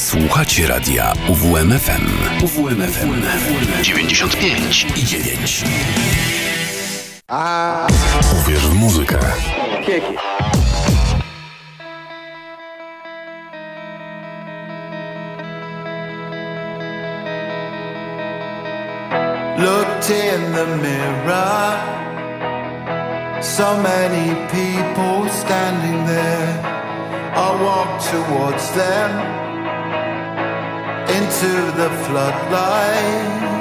Słuchacie radia UWMFM. UWMFM 95,9. Uwierz w muzykę. Looked in the mirror, so many people standing there. I walked towards them into the floodlights.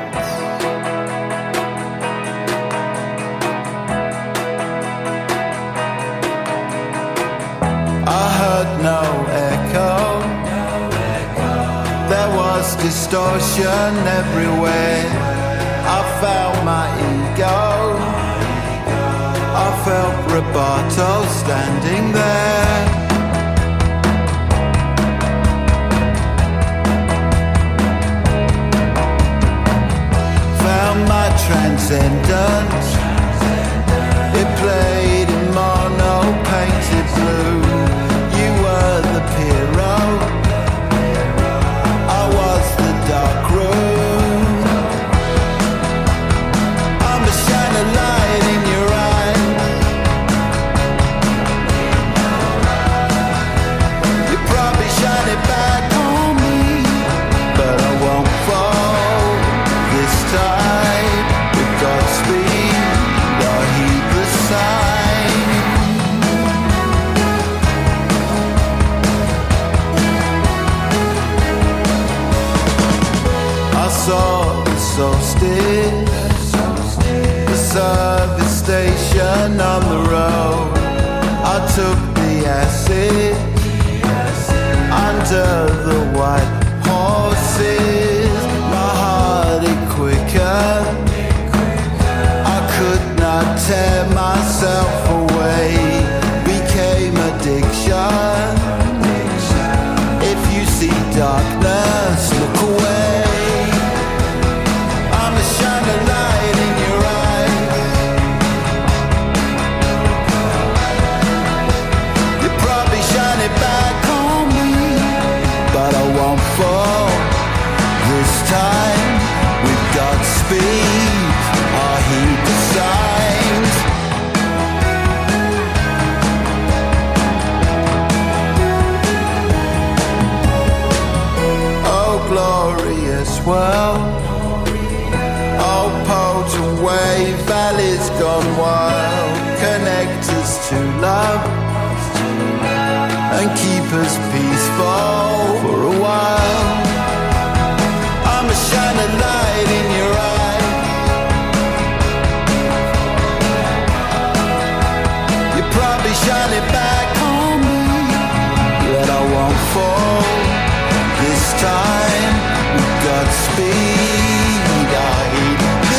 I heard no echo. There was distortion everywhere. I felt my ego. I felt Roberto standing there. Found my transcendence. It played in mono painted blue. You were the hero. I was the dark room. I'm a shining light in your eyes. You probably shine it back on me, but I won't fall this time. With Godspeed, I'll heed the sign. I saw the solstice, the service station on the road. I took the acid under the white horses. My heart it quicker. I could not tear myself away. Became addiction. If you see darkness, look away. I'm a shining light in your eyes. You probably shine it back on me, but I won't fall this time. With Godspeed, I heed the signs. Oh, glorious world. Oh, potent wave, valleys gone wild. Connect us to love and keep us peaceful for a while. I'm a shining light in your eyes. You probably shine it back on me, but I won't fall this time. With Godspeed, I heed the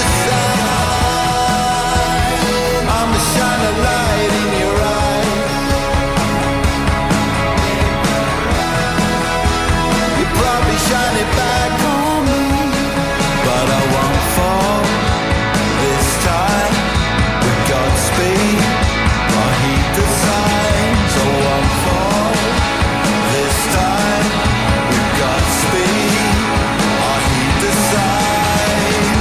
sign. I'm a shining light in your eyes. You probably shine it back on me, but I won't fall this time. With Godspeed, I heed the signs. I won't fall this time. With Godspeed, I heed the signs.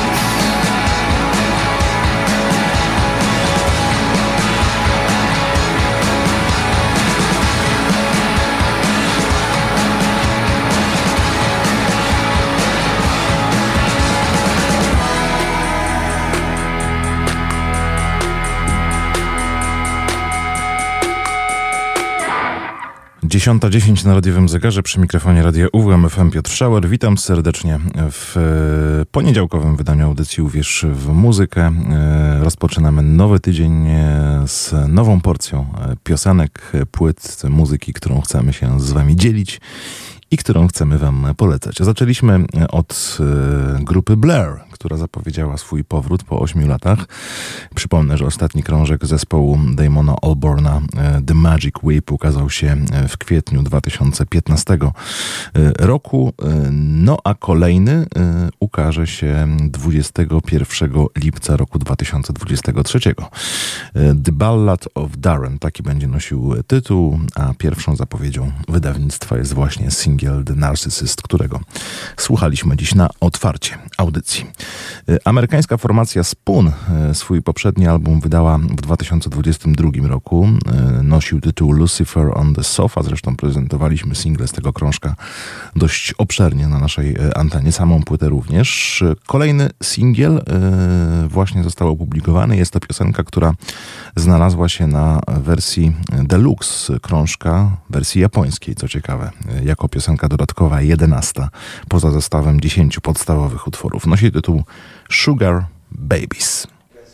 Dziesiąta 10 na radiowym zegarze, przy mikrofonie radia UWMFM Piotr Szauer. Witam serdecznie w poniedziałkowym wydaniu audycji Uwierz w muzykę. Rozpoczynamy nowy tydzień z nową porcją piosenek, płyt, muzyki, którą chcemy się z wami dzielić i którą chcemy wam polecać. Zaczęliśmy od grupy Blur, która zapowiedziała swój powrót po 8 latach. Przypomnę, że ostatni krążek zespołu Damona Albarna, The Magic Whip, ukazał się w kwietniu 2015 roku, no a kolejny ukaże się 21 lipca roku 2023. The Ballad of Darren, taki będzie nosił tytuł, a pierwszą zapowiedzią wydawnictwa jest właśnie singiel The Narcissist, którego słuchaliśmy dziś na otwarcie audycji. Amerykańska formacja Spoon swój poprzedni album wydała w 2022 roku. Nosił tytuł Lucifer on the Sofa, zresztą prezentowaliśmy single z tego krążka dość obszernie na naszej antenie, samą płytę również. Kolejny singiel właśnie został opublikowany. Jest to piosenka, która znalazła się na wersji deluxe krążka, wersji japońskiej, co ciekawe, jako piosenka dodatkowa 11, poza zestawem 10 podstawowych utworów. Nosi tytuł Sugar Babies.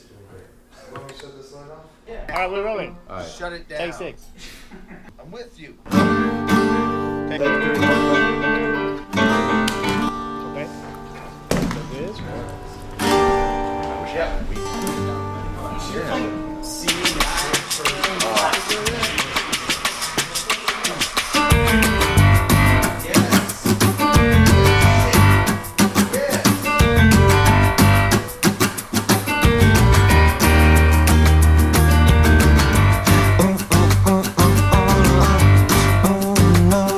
All right, we're rolling. All right. Shut it down. Take 6. I'm with you. Take 3. Okay. Like this. Yeah. No.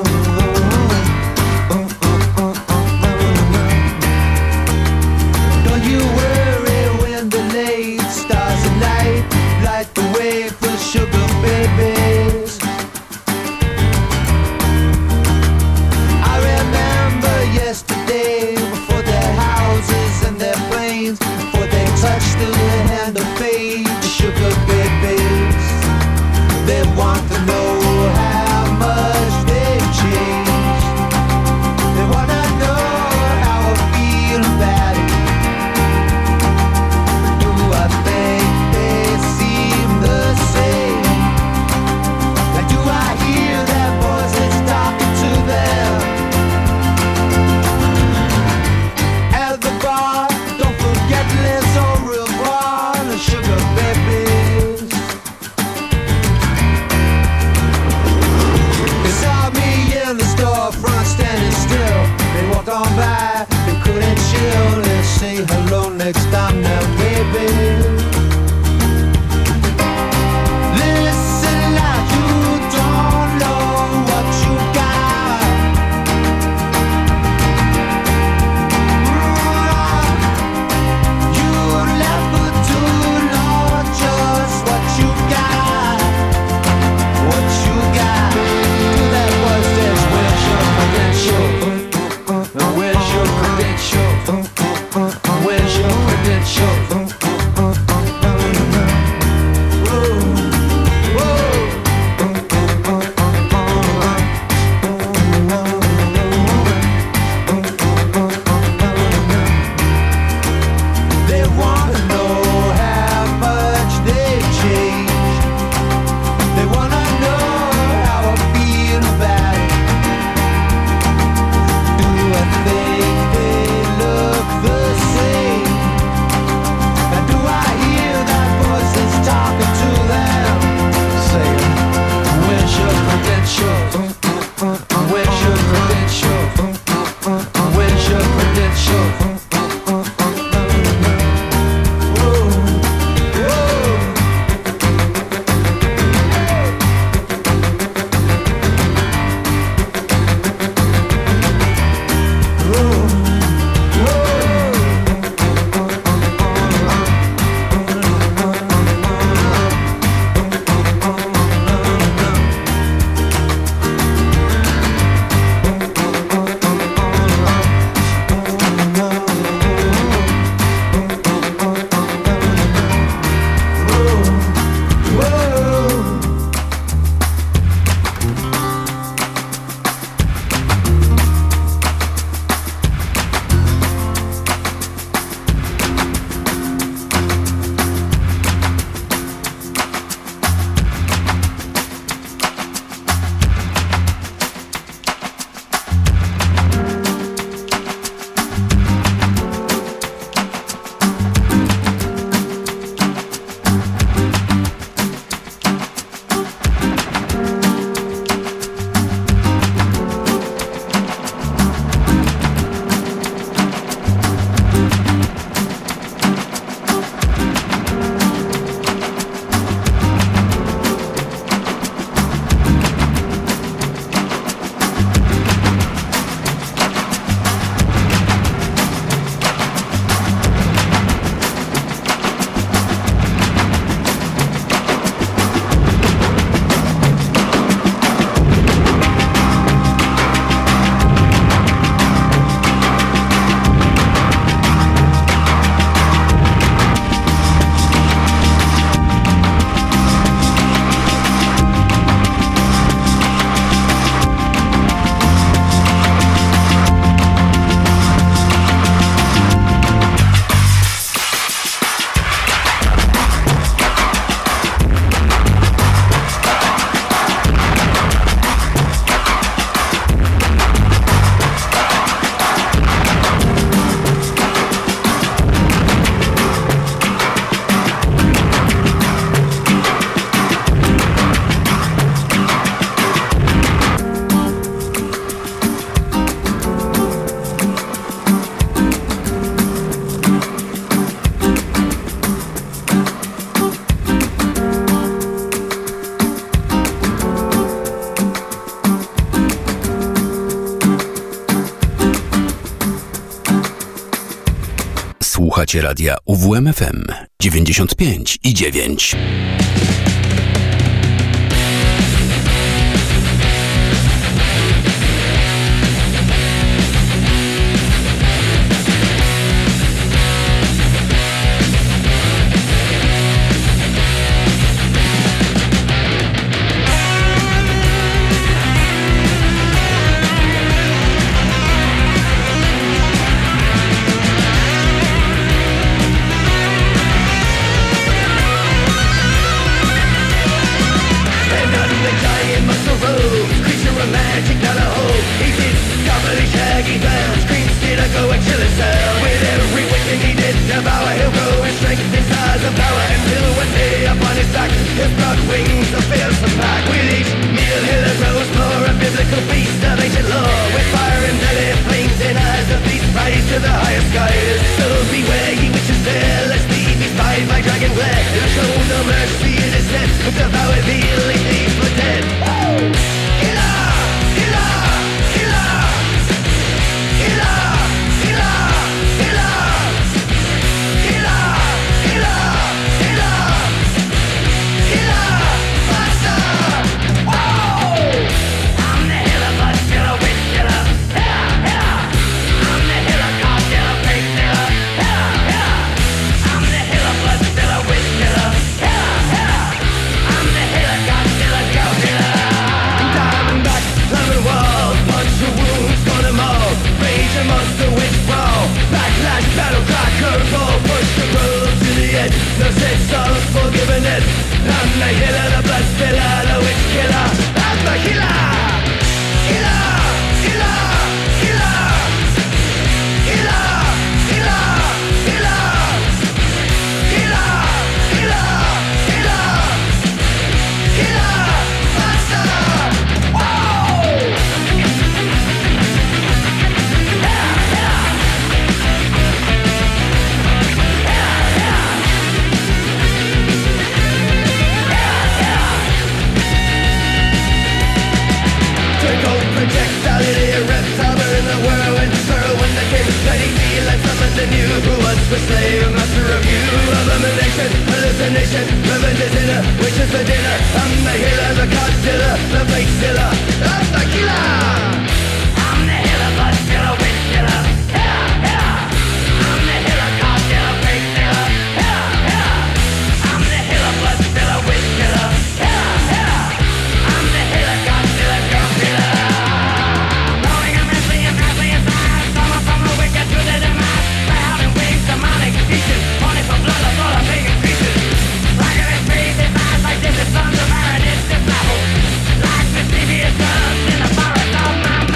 Słuchacie radia UWMFM 95,9. Like mischievous guns in the forest of my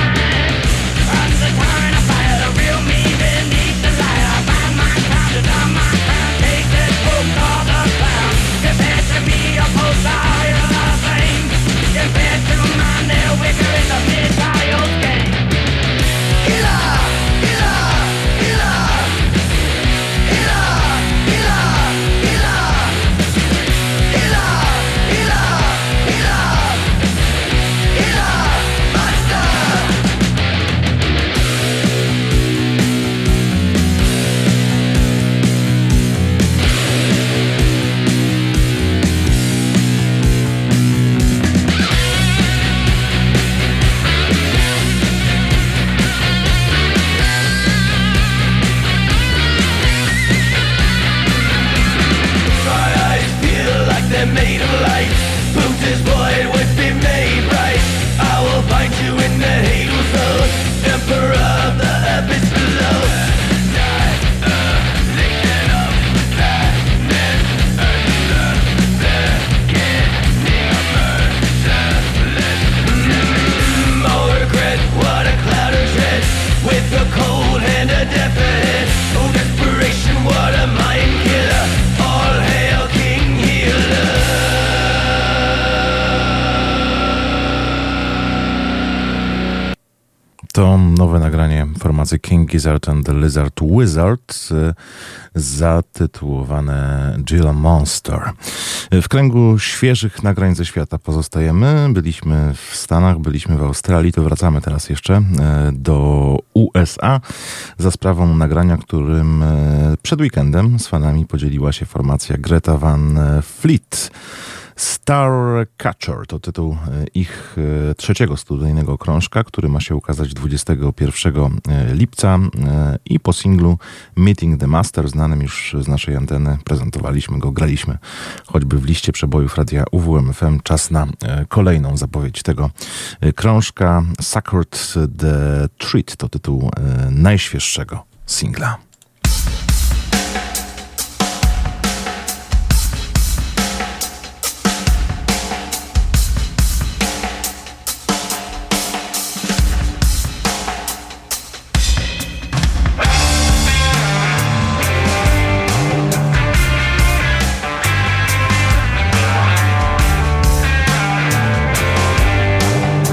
To nowe nagranie formacji King Gizzard and the Lizard Wizard zatytułowane Gila Monster. W kręgu świeżych nagrań ze świata pozostajemy. Byliśmy w Stanach, byliśmy w Australii, to wracamy teraz jeszcze do USA za sprawą nagrania, którym przed weekendem z fanami podzieliła się formacja Greta Van Fleet. Starcatcher to tytuł ich trzeciego studyjnego krążka, który ma się ukazać 21 lipca i po singlu Meeting the Master, znanym już z naszej anteny, prezentowaliśmy go, graliśmy choćby w liście przebojów radia UWMFM. Czas na kolejną zapowiedź tego krążka. Suckered the Treat to tytuł najświeższego singla.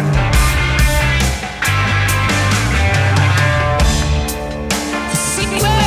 Sing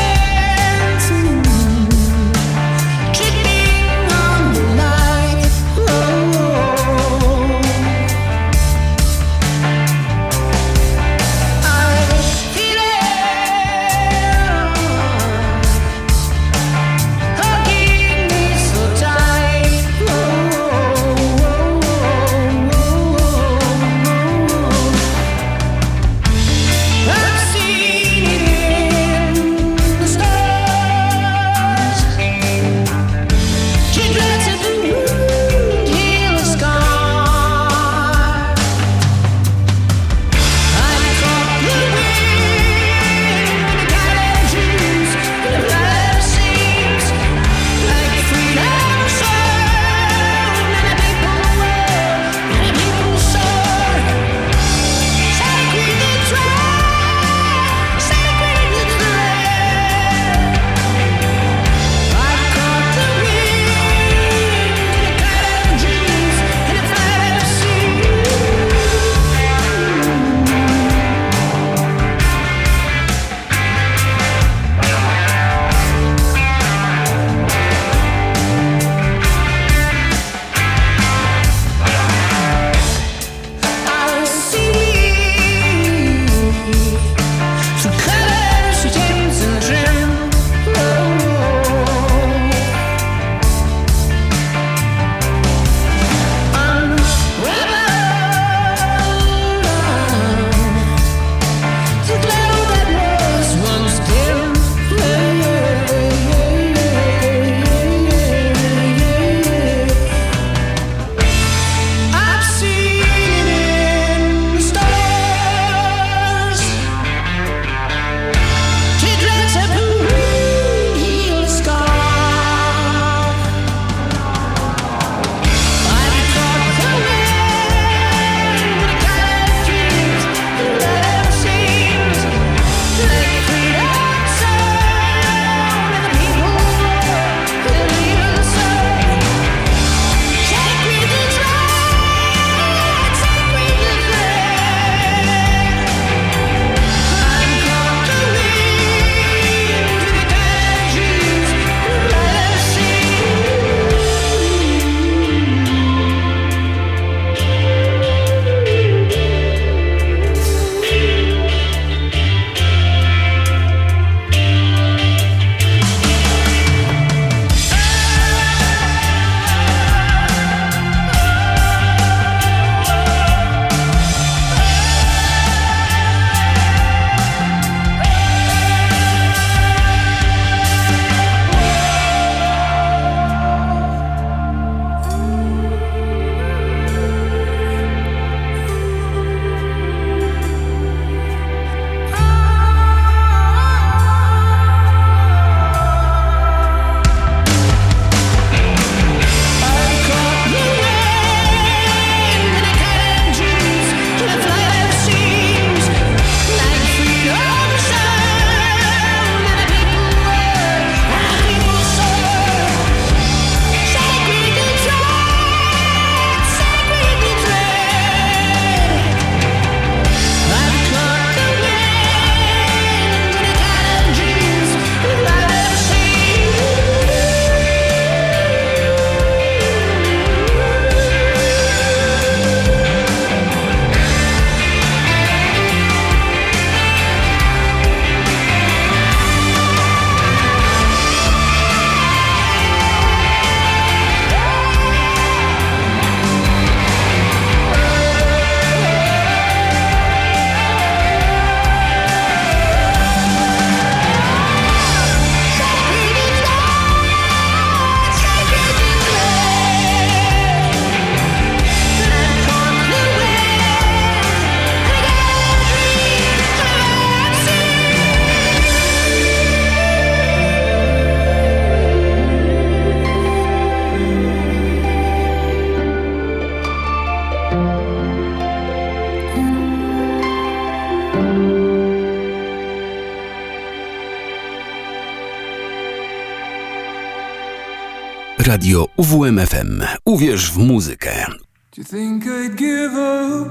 Radio UWMFM. Uwierz w muzykę. Do you think I'd give up?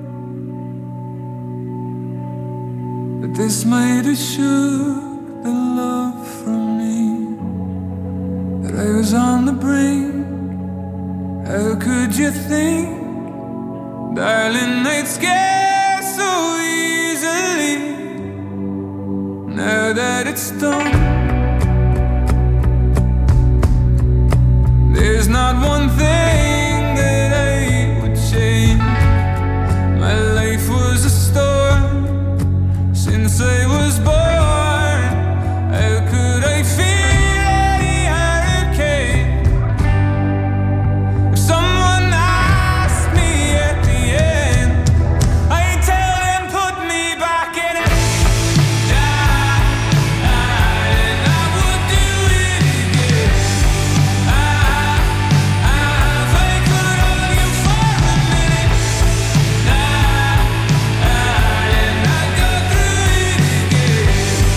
But this might have shook the love from me. That I was on the brink. How could you think, darling, I'd scare so easily? Now that it's done, there's not one thing that I would change. My life was a storm since I was born. How could I fear any hurricane? If someone asked me at the end, I'd tell them put me back in it. And I would do it again. If I could hold you for a minute, and I'd go through it again.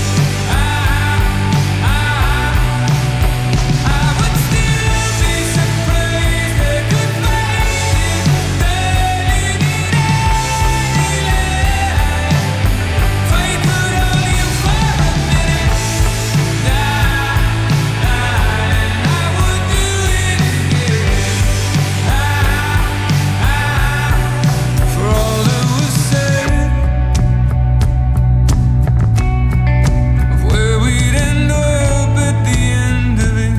I would still be surprised I could find you turning in any light. If I could hold you for a minute, and I would do it again. For all that was said, of where we'd end up at the end of it,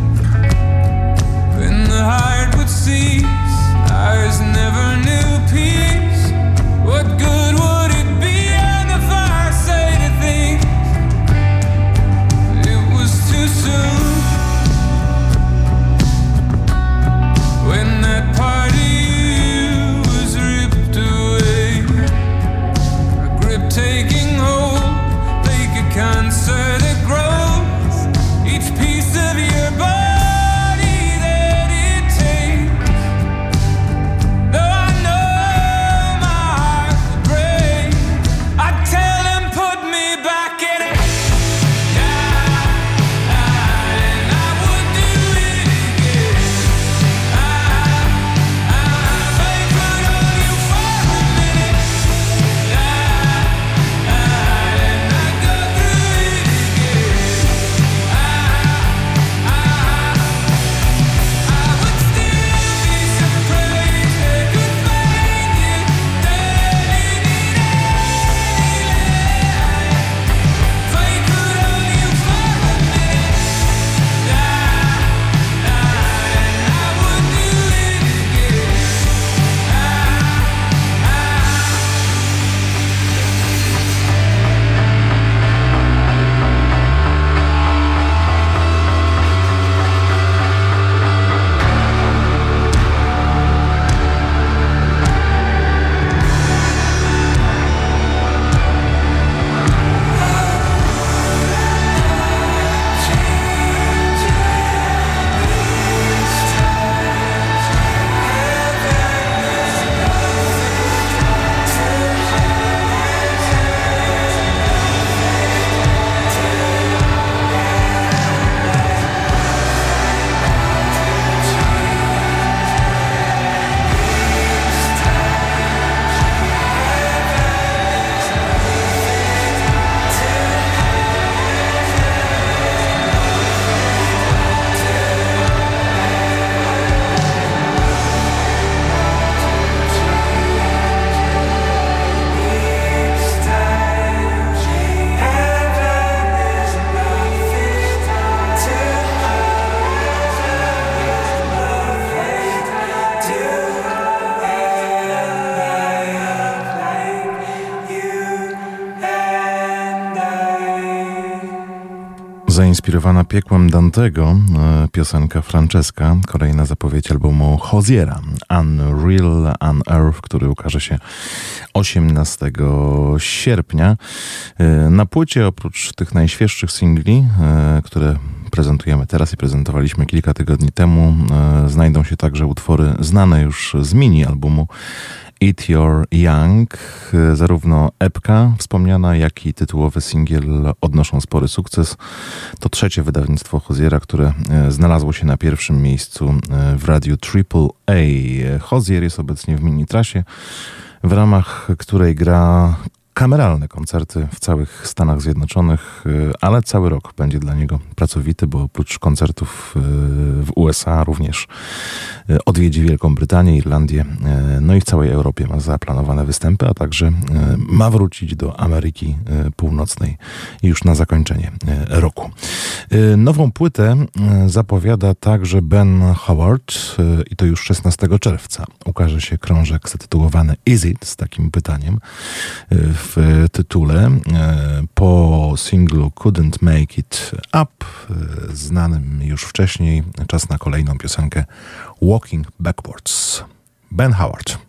when the heart would cease, ours never knew peace. What good would it be on the far side of things? It was too soon. When that part of you was ripped away, a grip taking hold like a cancer that grows, each piece of your body that it takes. Though I know my heart would break, I'd tell them put me back in it. And I would do it again. If I could hold you for a minute, and I'd go through it again. I would still be surprised I could find you turning in any light. If I could hold you for a minute, and I would do it again. Zainspirowana piekłem Dantego, piosenka Francesca, kolejna zapowiedź albumu Hoziera, Unreal Unearth, który ukaże się 18 sierpnia. Na płycie oprócz tych najświeższych singli, które prezentujemy teraz i prezentowaliśmy kilka tygodni temu, znajdą się także utwory znane już z mini-albumu Eat Your Young. Zarówno epka wspomniana, jak i tytułowy singiel odnoszą spory sukces. To trzecie wydawnictwo Hoziera, które znalazło się na pierwszym miejscu w radiu AAA. Hozier jest obecnie w Mini-Trasie, w ramach której gra kameralne koncerty w całych Stanach Zjednoczonych, ale cały rok będzie dla niego pracowity, bo oprócz koncertów w USA również odwiedzi Wielką Brytanię, Irlandię, no i w całej Europie ma zaplanowane występy, a także ma wrócić do Ameryki Północnej już na zakończenie roku. Nową płytę zapowiada także Ben Howard i to już 16 czerwca ukaże się krążek zatytułowany Is It? Z takim pytaniem w tytule, po singlu Couldn't Make It Up, znanym już wcześniej. Czas na kolejną piosenkę Walking Backwards. Ben Howard.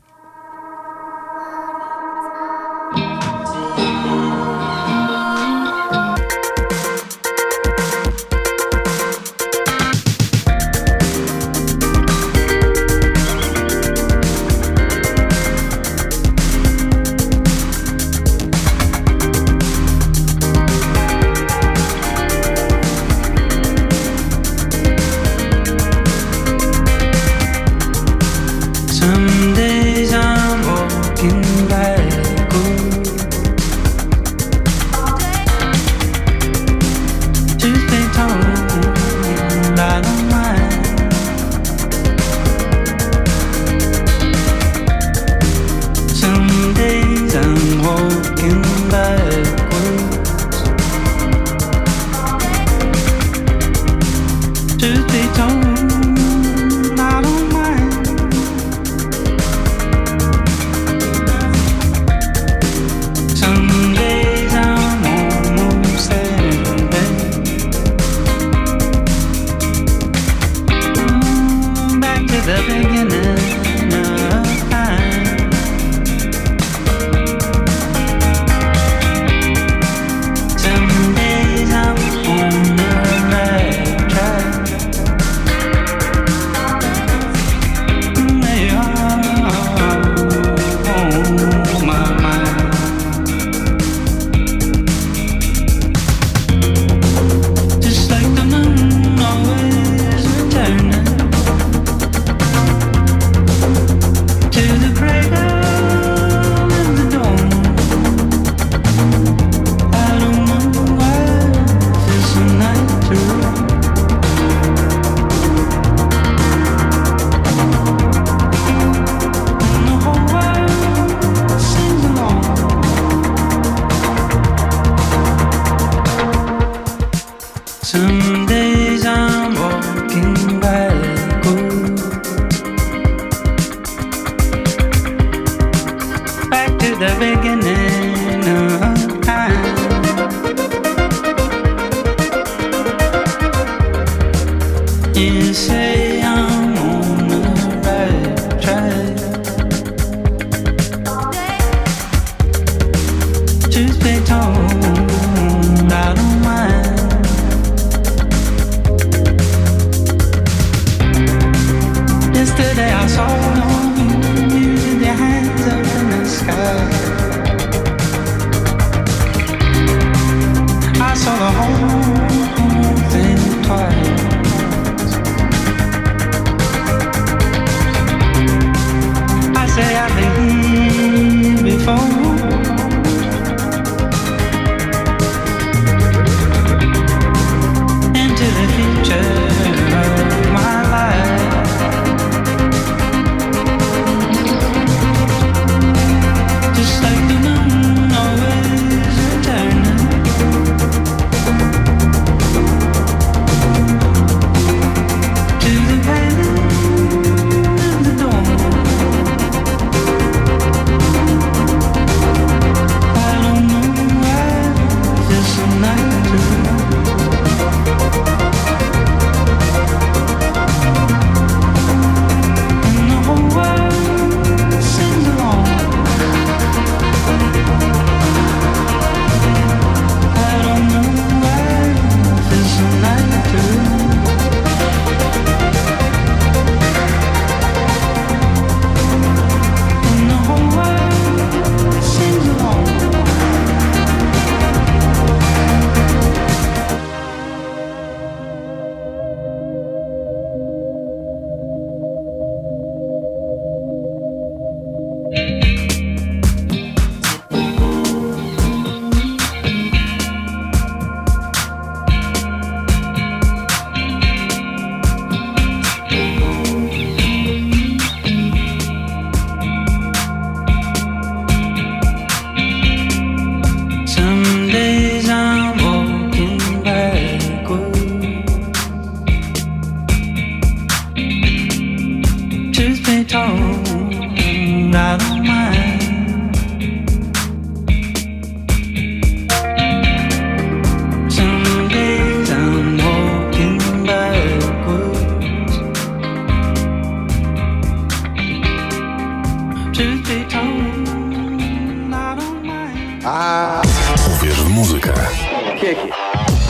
Uwierz w muzykę. Kick it.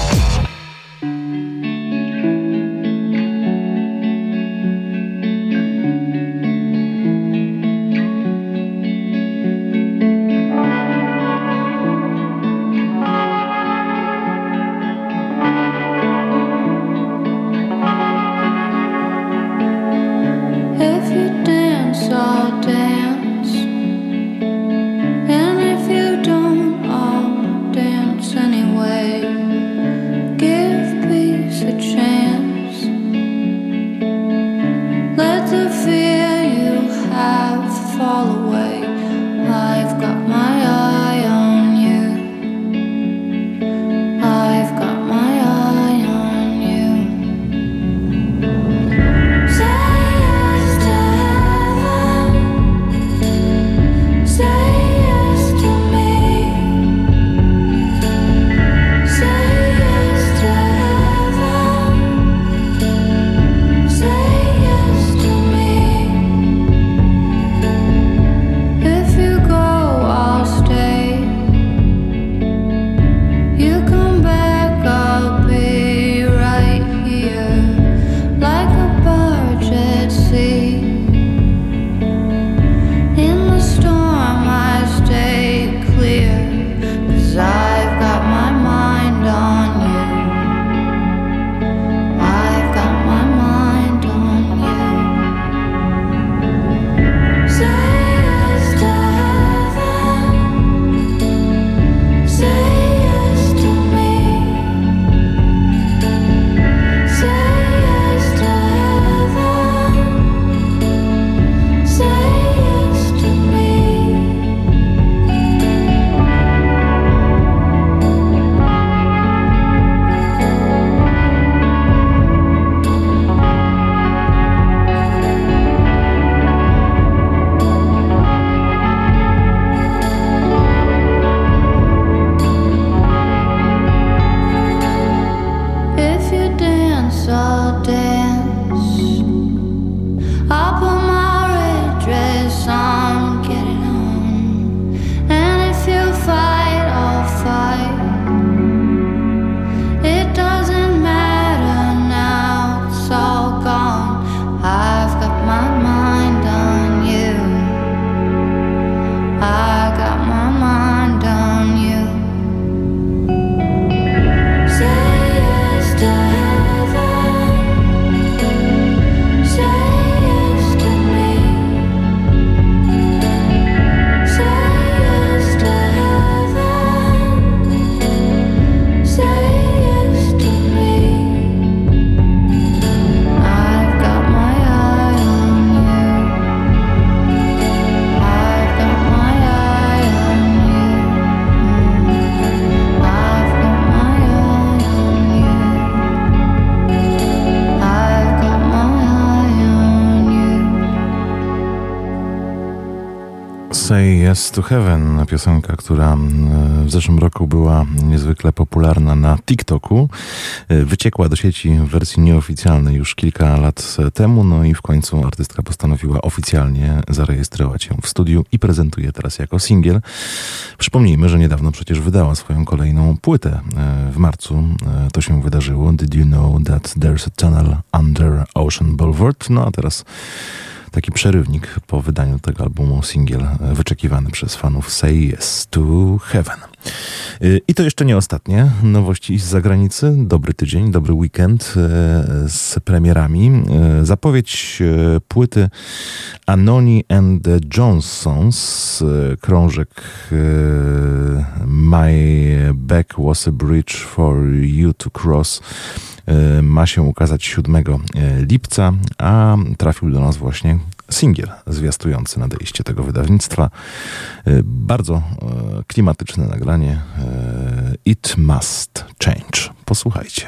If you dance, I'll dance. And if you don't, I'll dance anyway. Give peace a chance. Let the fear you have fall away. I've got my eye on you. I've got my eye on you. Say yes to heaven. Say yes to me. Say yes to heaven. Say yes to me. If you go, I'll stay. You come back, I'll be right here, like a barge at sea. In the storm I stay clear, 'cause I've got my mind on you. I've got my mind on you. Say yes to heaven. Say yes to me. Say yes to heaven. Say yes to me. If you dance, I'll dance. I'll put my red dress on, get it on. And if you fight, I'll fight. It doesn't matter now, it's all gone. I've got my mind on you. I got my mind on you. Say yes to heaven. Say yes to me. Say yes to heaven. Say yes to me. I've got my eye on you. I've got my eye on you. I've got my eye on you. I've got my eye on you. Say Yes to Heaven, piosenka, która w zeszłym roku była niezwykle popularna na TikToku. Wyciekła do sieci w wersji nieoficjalnej już kilka lat temu, no i w końcu artystka postanowiła oficjalnie zarejestrować ją w studiu i prezentuje teraz jako singiel. Przypomnijmy, że niedawno przecież wydała swoją kolejną płytę. W marcu to się wydarzyło. Did you know that there's a tunnel under Ocean Boulevard? No a teraz taki przerywnik po wydaniu tego albumu, singiel wyczekiwany przez fanów Say Yes to Heaven. I to jeszcze nie ostatnie nowości z zagranicy. Dobry tydzień, dobry weekend z premierami. Zapowiedź płyty Anoni and the Johnsons, krążek My Back Was a Bridge for You to Cross, ma się ukazać 7 lipca, a trafił do nas właśnie singiel zwiastujący nadejście tego wydawnictwa. Bardzo klimatyczne nagranie. It Must Change. Posłuchajcie.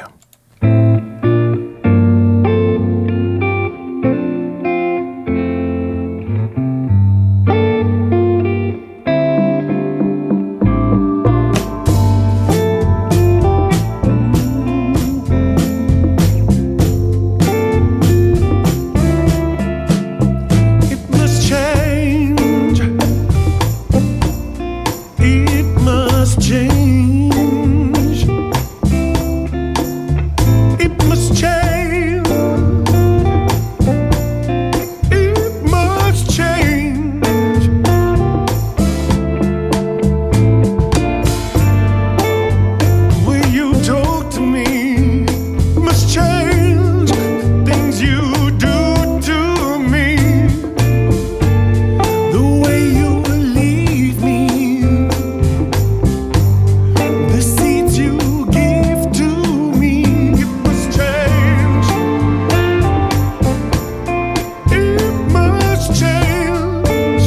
Change. change. It must change. It must change. The way you talk to me must change. Things you do to me, the way you leave me, the seeds you give to me. It must change. It must change.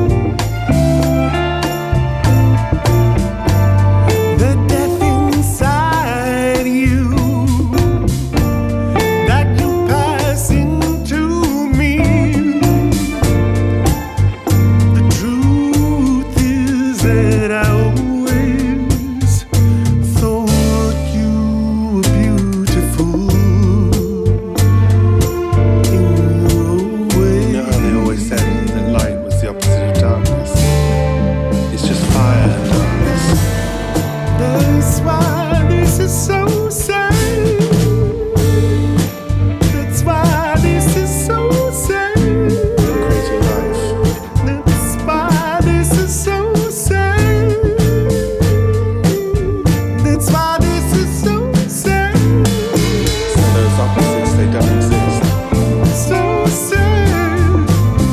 The death inside you that you pass into me. The truth is that I always thought you were beautiful in your way. You know how they always said that light was the opposite of darkness. It's just fire and darkness. That's why this is so sad. That's why this is so sad. Crazy life. That's why this is so sad. That's why this is so sad. So those opposites, they don't exist. So sad.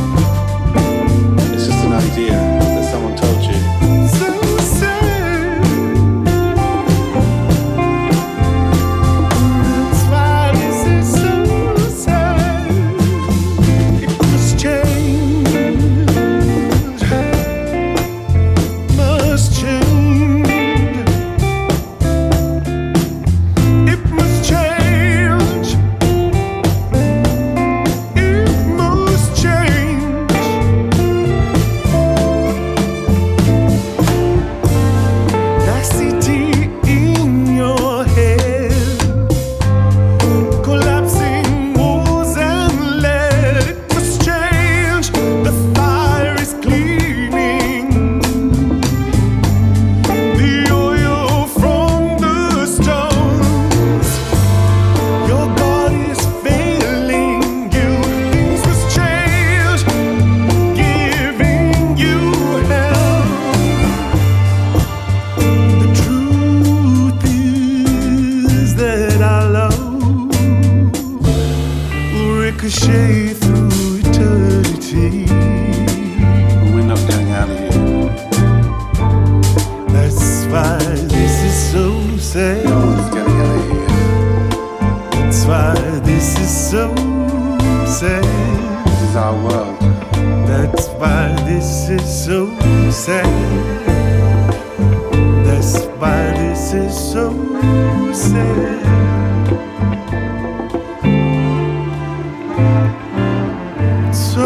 It's just an idea that someone told you. So sad. That's why this is so sad. It must change. Must change. It must change. It must change. Laxity in your head, collapsing walls and lead. It must change. The fire is cleaning the oil from the stones. Your God is failing you. Things must change, giving you hell. The truth is that our love will ricochet through eternity. We're not going out of here. That's why this is so sad. No one's getting out of here. That's why this is so sad. This is our world. That's why this is so sad. That's why this is so sad. So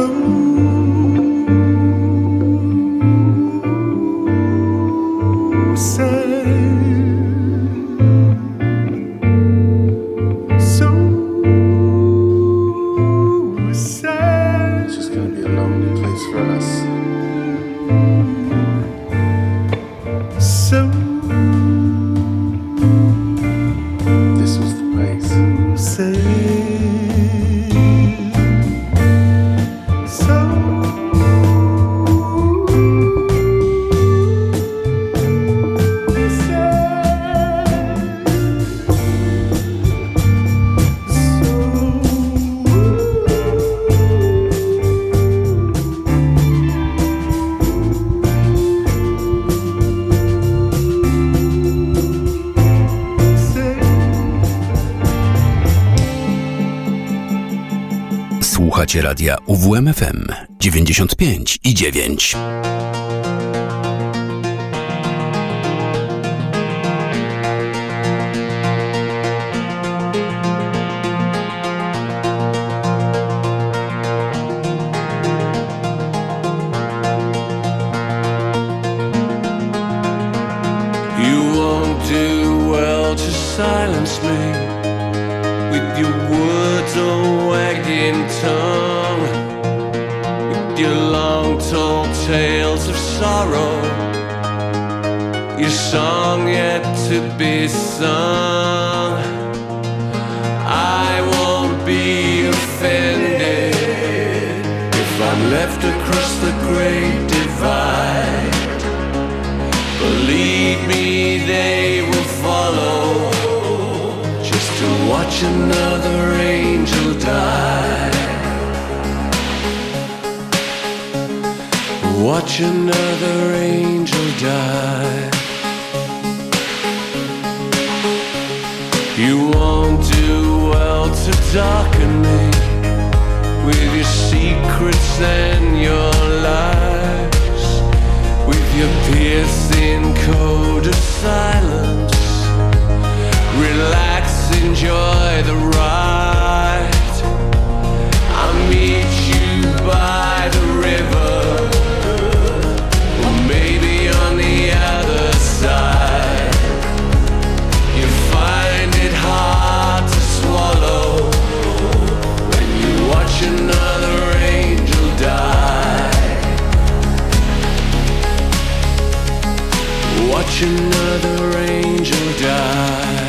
sad. So sad. It's just going to be a lonely place for us. So This was the place. sad. So Słuchacie radia UWMFM 95,9. You won't do well to silence me with your words or wagging tongue, with your long told tales of sorrow. your song yet to be sung. I won't be offended if I'm left across the great divide. Believe me, they will follow just to watch another angel die. Watch another angel die. You won't do well to darken me with your secrets and your lies, with your piercing code of silence. Relax, enjoy the ride. I'll meet you by the river, or maybe on the other side. You find it hard to swallow when you watch another angel die. Watch another angel die.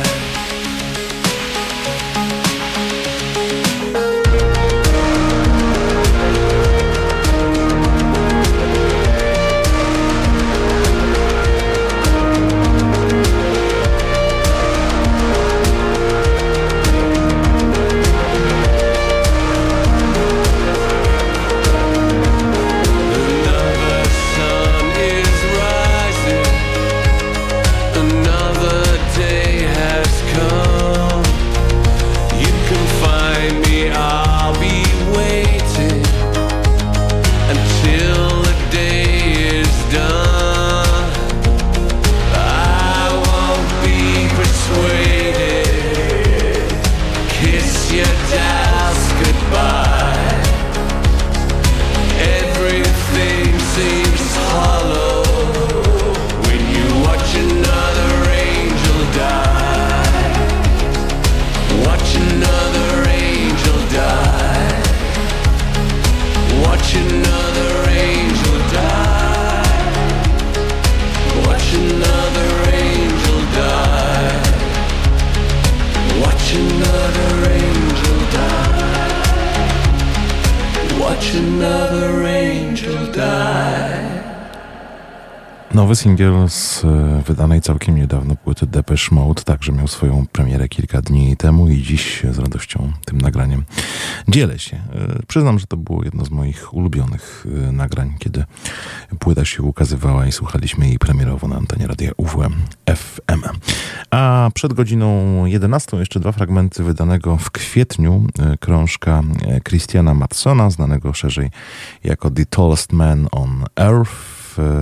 Nowy singiel z wydanej całkiem niedawno płyty Depeche Mode także miał swoją premierę kilka dni temu i dziś z radością tym nagraniem dzielę się. Przyznam, że to było jedno z moich ulubionych nagrań, kiedy płyta się ukazywała i słuchaliśmy jej premierowo na antenie radia UWM FM. A przed godziną 11 jeszcze dwa fragmenty wydanego w kwietniu krążka Christiana Madsona, znanego szerzej jako The Tallest Man on Earth.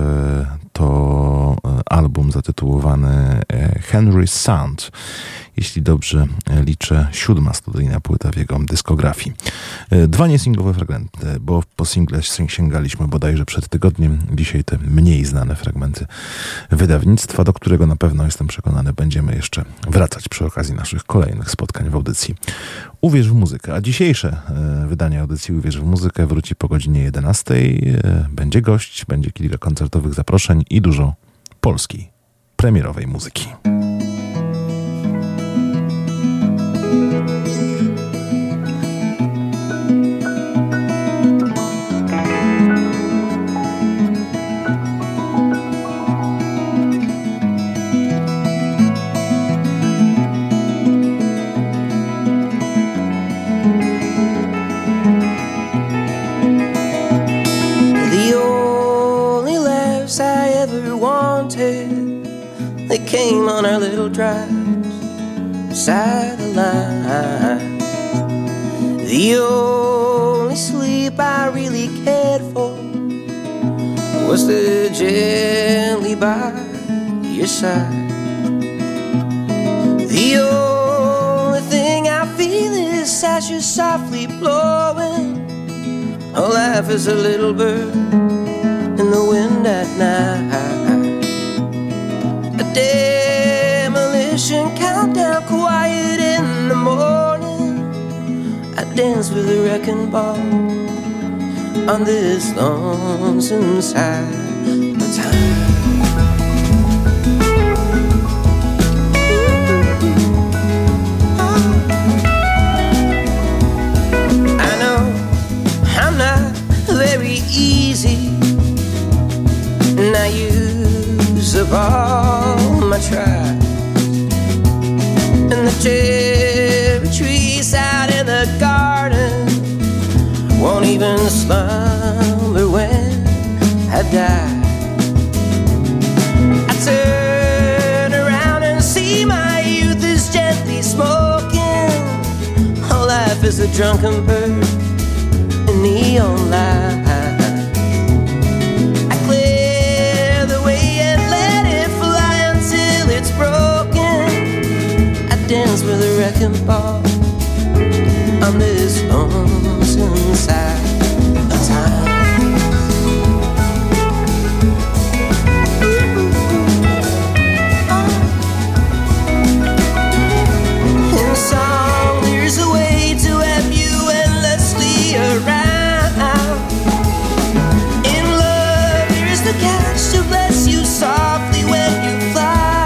To album zatytułowany Henry Sound. Jeśli dobrze liczę, 7. studyjna płyta w jego dyskografii. Dwa niesinglowe fragmenty, bo po single sięgaliśmy bodajże przed tygodniem. Dzisiaj te mniej znane fragmenty wydawnictwa, do którego na pewno, jestem przekonany, będziemy jeszcze wracać przy okazji naszych kolejnych spotkań w audycji Uwierz w muzykę. A dzisiejsze wydanie audycji Uwierz w muzykę wróci po godzinie 11. Będzie gość, będzie kilka koncertowych zaproszeń i dużo polskiej, premierowej muzyki. They came on our little drives beside the line. The only sleep I really cared for was to gently by your side. The only thing I feel is as you're softly blowing. Oh, life is a little bird in the wind at night. Demolition countdown, quiet in the morning. I dance with a wrecking ball on this lonesome side of time. try. And the cherry trees out in the garden won't even slumber when I die. I turn around and see my youth is gently smoking. Whole life is a drunken bird in neon light. I clear the way and let it fly until it's broken. I dance with a wrecking ball on this lonesome side of time. In song, there's a way to have you endlessly around. In love, there's the catch to bless you softly when you fly.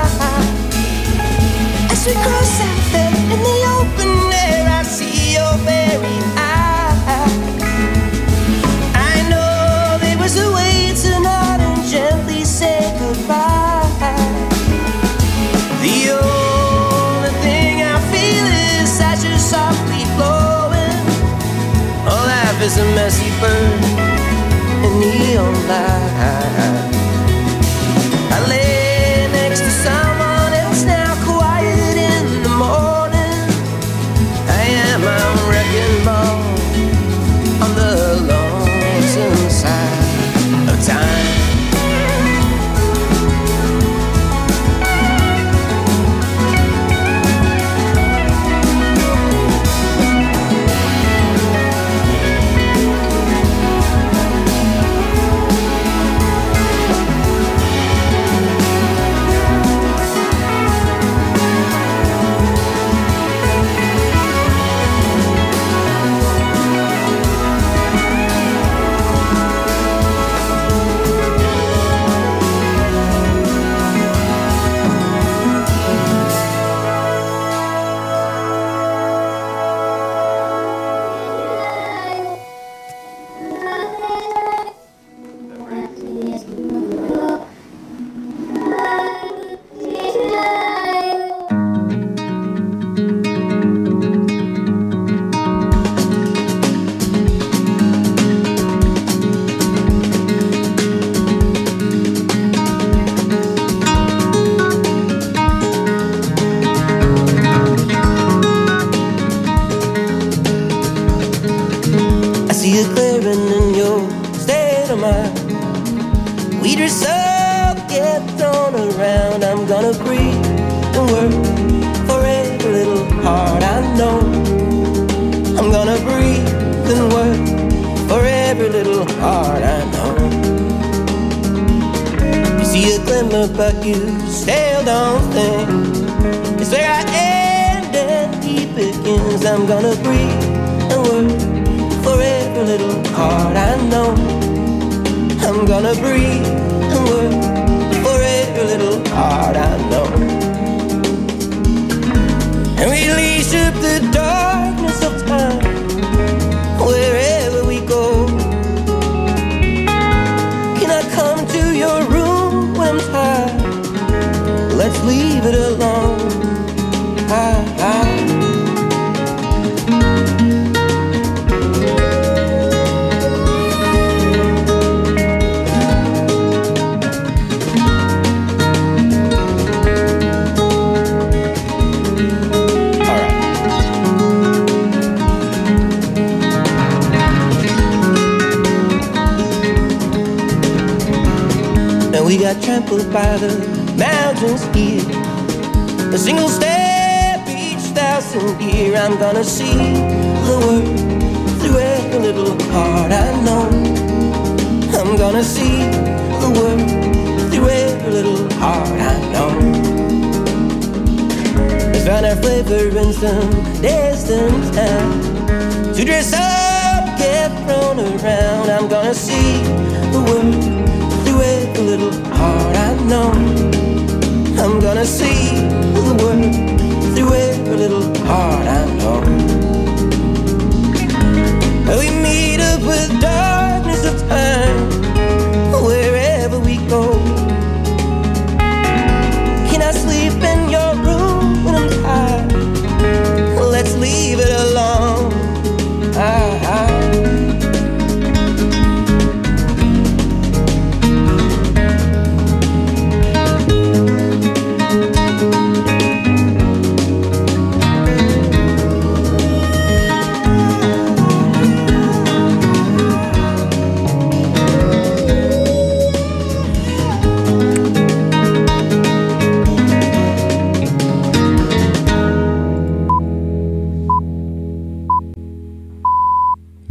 As we cross out there in the open air, I see your very eyes. I know there was a way to nod and gently say goodbye. The only thing I feel is as you're softly flowing. Oh, life is a messy bird in neon light. I lay next to someone else now, quiet in the morning. I am a wrecking ball on the lonesome side of time. I see a clearing in your state of mind. Weed yourself get thrown around. I'm gonna breathe and work for every little heart I know. I'm gonna breathe and work for every little heart I know. You see a glimmer but you still don't think it's where I end and he begins. I'm gonna breathe and work for every little heart I know. I'm gonna breathe and work for every little heart I know. And release up the darkness of time wherever we go. Can I come to your room when I'm tired? Let's leave it alone. We got trampled by the mountains here. A single step each 1,000 year. I'm gonna see the world through every little heart I know. I'm gonna see the world through every little heart I know. We found our flavor in some distant town. To dress up, get thrown around. I'm gonna see the world through every little heart I know. I'm gonna see the world through every little heart I know. We meet up with darkness of time wherever we go. Can I sleep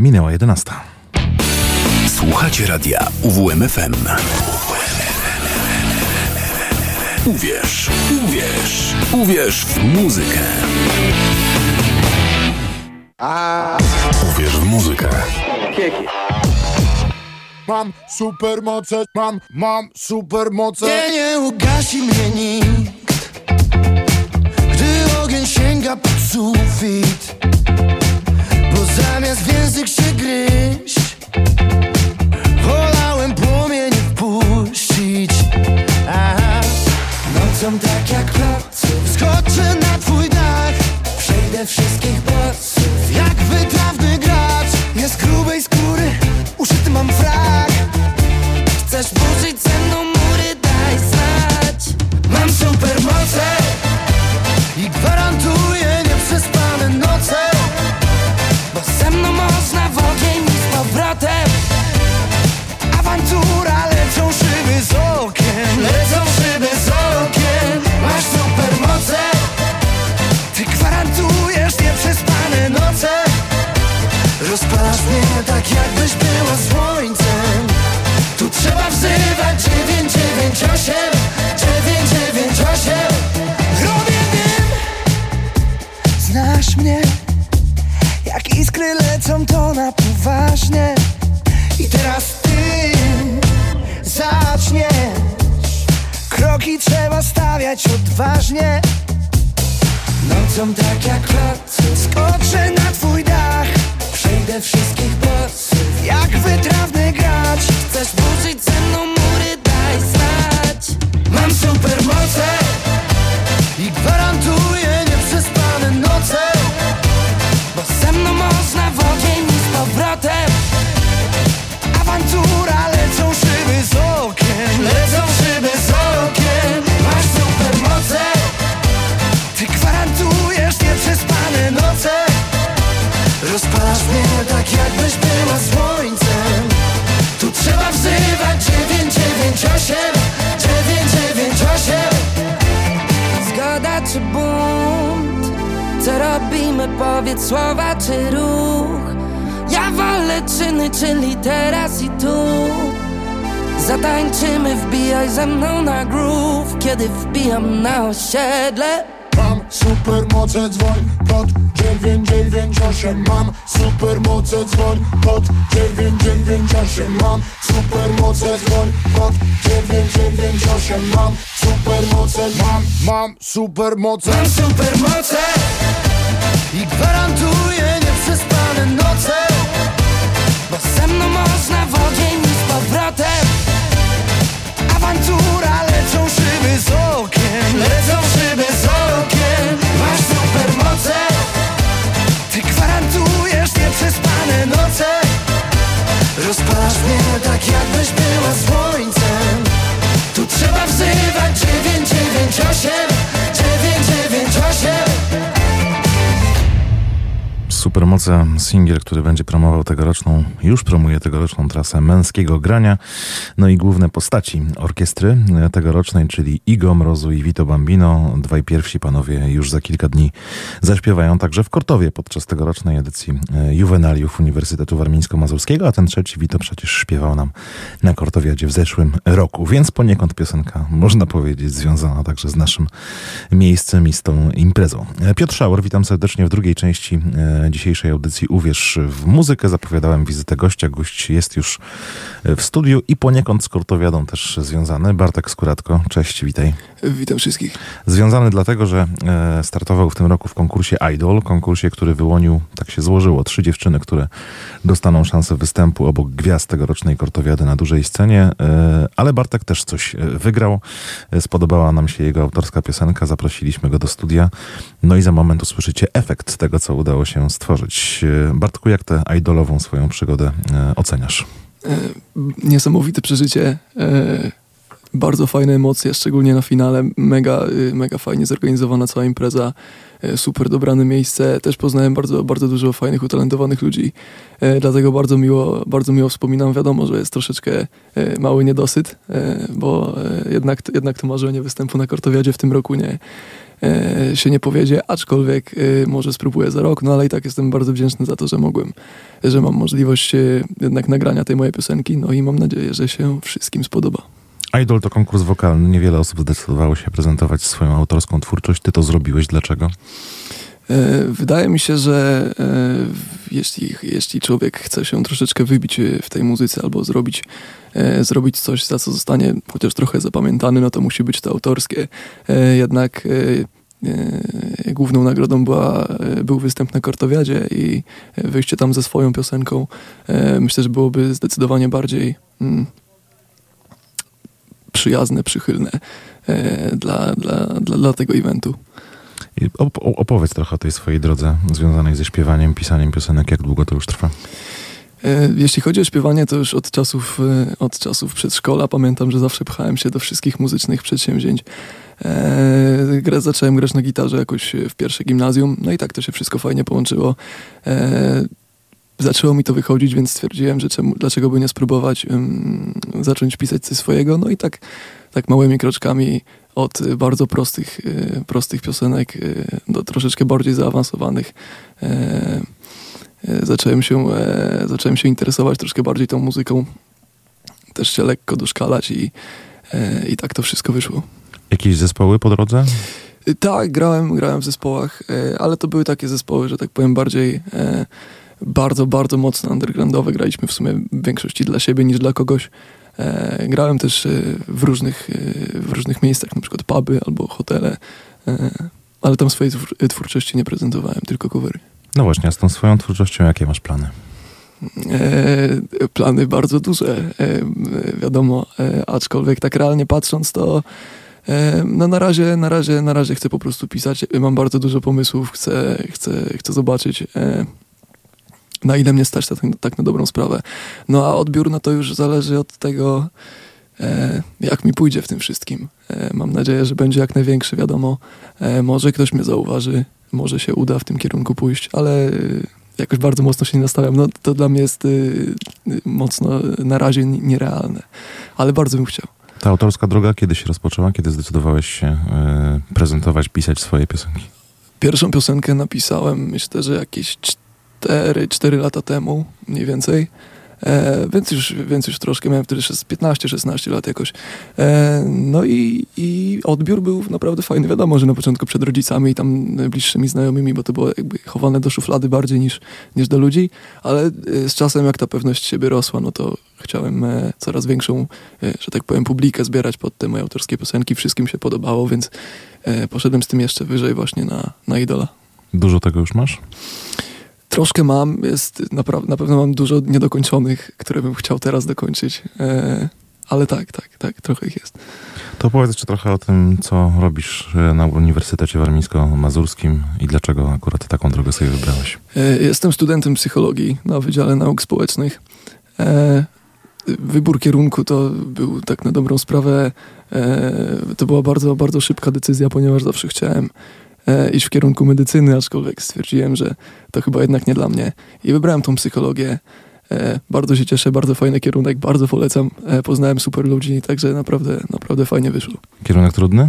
minęła 11. Słuchacie radia UWMFM. Uwierz, uwierz, uwierz w muzykę. Uwierz w muzykę. Mam supermoce, mam supermoce. Nie ugasi mnie nikt, gdy ogień sięga pod sufit. Bo zamiast w język się gryźć, wolałem płomień wpuścić. Aha. Nocą tak jak placów skoczę na twój dach, przejdę wszystkich pasów jak wytrawny gracz. Jest grubej skóry, uszyty mam frak. Chcesz burzyć ze mną mury, daj znać. Mam supermoce i gwarantuję nieprzespane noce, bo ze mną można w ogień i z powrotem. Awantura, lecą szyby z okien, lecą szyby z okien. Masz supermoce, ty gwarantujesz nieprzespane noce. Rozpalasz mnie tak jakbyś była słońcem. Tu trzeba wzywać 998, 998. Robię dym, znasz mnie, jak iskry lecą to na poważnie. I teraz ty zaczniesz, kroki trzeba stawiać odważnie. Nocą tak jak placów skoczę na twój dach, przejdę wszystkich pasów jak wytrawny gracz. Chcesz burzyć ze mną mury, daj znać. Mam supermoce i gwarantuję nieprzespane noce, bo ze mną można w ogień i z powrotem. Awantura, lecą szyby z okien, lecą szyby z okien. Masz supermoce, ty gwarantujesz nieprzespane noce. Rozpalasz mnie tak jakbyś była słońcem. Tu trzeba wzywać 998, 998. Zgoda czy bunt? Co robimy? Powiedz słowa czy ruch? Ja wolę czyny, czyli teraz i tu. Zatańczymy, wbijaj ze mną na groove, kiedy wbijam na osiedle. Mam supermoce, dzwoń pod 998. Mam supermoce, dzwoń pod 998. Mam supermoce, dzwoń pod 998. Mam supermoce, mam supermoce. Mam supermoce i gwarantuję nieprzespane noce, bo ze mną można w ogień i z powrotem. Awantura, lecą szyby z okien, lecą szyby z okien. Masz supermoce, ty gwarantujesz nieprzespane noce. Rozpalasz mnie tak jakbyś była słońcem. Tu trzeba wzywać 998, 998. Supermoce, singiel, który będzie promował już promuje tegoroczną trasę męskiego grania. No i główne postaci orkiestry tegorocznej, czyli Igo Mrozu i Vito Bambino. Dwaj pierwsi panowie już za kilka dni zaśpiewają także w Kortowie podczas tegorocznej edycji Juwenaliów Uniwersytetu Warmińsko-Mazurskiego, a ten trzeci Vito przecież śpiewał nam na Kortowiadzie w zeszłym roku, więc poniekąd piosenka, można powiedzieć, związana także z naszym miejscem i z tą imprezą. Piotr Szauer, witam serdecznie w drugiej części dzisiejszej audycji Uwierz w muzykę. Zapowiadałem wizytę gościa. Gość jest już w studiu i poniekąd z Kortowiadą też związany. Bartek Skuratko, cześć, witaj. Witam wszystkich. Związany dlatego, że startował w tym roku w konkursie Idol, konkursie, który wyłonił, tak się złożyło, 3 dziewczyny, które dostaną szansę występu obok gwiazd tegorocznej Kortowiady na dużej scenie, ale Bartek też coś wygrał. Spodobała nam się jego autorska piosenka, zaprosiliśmy go do studia, no i za moment usłyszycie efekt tego, co udało się stworzyć. Bartku, jak tę idolową swoją przygodę oceniasz? Niesamowite przeżycie, bardzo fajne emocje, szczególnie na finale, mega fajnie zorganizowana cała impreza, super dobrane miejsce, też poznałem bardzo dużo fajnych, utalentowanych ludzi, dlatego bardzo miło wspominam. Wiadomo, że jest troszeczkę mały niedosyt, bo jednak to marzenie występu na Kortowiadzie w tym roku się nie powiedzie, aczkolwiek może spróbuję za rok, no ale i tak jestem bardzo wdzięczny za to, że mam możliwość jednak nagrania tej mojej piosenki, no i mam nadzieję, że się wszystkim spodoba. Idol to konkurs wokalny. Niewiele osób zdecydowało się prezentować swoją autorską twórczość. Ty to zrobiłeś. Dlaczego? Wydaje mi się, że jeśli człowiek chce się troszeczkę wybić w tej muzyce albo zrobić coś, za co zostanie chociaż trochę zapamiętany, no to musi być to autorskie. Jednak główną nagrodą był występ na Kortowiadzie i wyjście tam ze swoją piosenką myślę, że byłoby zdecydowanie bardziej przyjazne, przychylne dla tego eventu. I opowiedz trochę o tej swojej drodze związanej ze śpiewaniem, pisaniem piosenek. Jak długo to już trwa? Jeśli chodzi o śpiewanie, to już od czasów przedszkola. Pamiętam, że zawsze pchałem się do wszystkich muzycznych przedsięwzięć. Zacząłem grać na gitarze jakoś w pierwsze gimnazjum, no i tak to się wszystko fajnie połączyło. Zaczęło mi to wychodzić, więc stwierdziłem, że dlaczego by nie spróbować zacząć pisać coś swojego. No i tak małymi kroczkami od bardzo prostych piosenek do troszeczkę bardziej zaawansowanych. Zacząłem się interesować troszkę bardziej tą muzyką. Też się lekko doszkalać i tak to wszystko wyszło. Jakieś zespoły po drodze? Tak, grałem w zespołach, ale to były takie zespoły, że tak powiem bardziej bardzo, bardzo mocno undergroundowe. Graliśmy w sumie w większości dla siebie niż dla kogoś. Grałem też w różnych miejscach, na przykład puby albo hotele, ale tam swojej twórczości nie prezentowałem, tylko covery. No właśnie, a z tą swoją twórczością jakie masz plany? Plany bardzo duże, wiadomo, aczkolwiek tak realnie patrząc to no na razie chcę po prostu pisać. Mam bardzo dużo pomysłów, chcę zobaczyć na ile mnie stać tak na dobrą sprawę. No a odbiór, no to już zależy od tego, jak mi pójdzie w tym wszystkim. Mam nadzieję, że będzie jak największy, wiadomo. Może ktoś mnie zauważy, może się uda w tym kierunku pójść, ale jakoś bardzo mocno się nie nastawiam. No to dla mnie jest mocno na razie nierealne, ale bardzo bym chciał. Ta autorska droga kiedy się rozpoczęła? Kiedy zdecydowałeś się prezentować, pisać swoje piosenki? Pierwszą piosenkę napisałem, myślę, że jakieś 4 lata temu, mniej więcej. Więc już troszkę, miałem wtedy 15-16 lat jakoś. No i odbiór był naprawdę fajny. Wiadomo, że na początku przed rodzicami i tam bliższymi znajomymi, bo to było jakby chowane do szuflady bardziej niż do ludzi, ale z czasem jak ta pewność siebie rosła, no to chciałem coraz większą, że tak powiem, publikę zbierać pod te moje autorskie piosenki. Wszystkim się podobało, więc poszedłem z tym jeszcze wyżej właśnie na Idola. Dużo tego już masz? Troszkę mam, na pewno mam dużo niedokończonych, które bym chciał teraz dokończyć, ale tak, trochę ich jest. To opowiedz jeszcze trochę o tym, co robisz na Uniwersytecie Warmińsko-Mazurskim i dlaczego akurat taką drogę sobie wybrałeś. Jestem studentem psychologii na Wydziale Nauk Społecznych. Wybór kierunku to był tak na dobrą sprawę, to była bardzo, bardzo szybka decyzja, ponieważ zawsze chciałem iść w kierunku medycyny, aczkolwiek stwierdziłem, że to chyba jednak nie dla mnie. I wybrałem tą psychologię. Bardzo się cieszę, bardzo fajny kierunek, bardzo polecam. Poznałem super ludzi, także naprawdę fajnie wyszło. Kierunek trudny?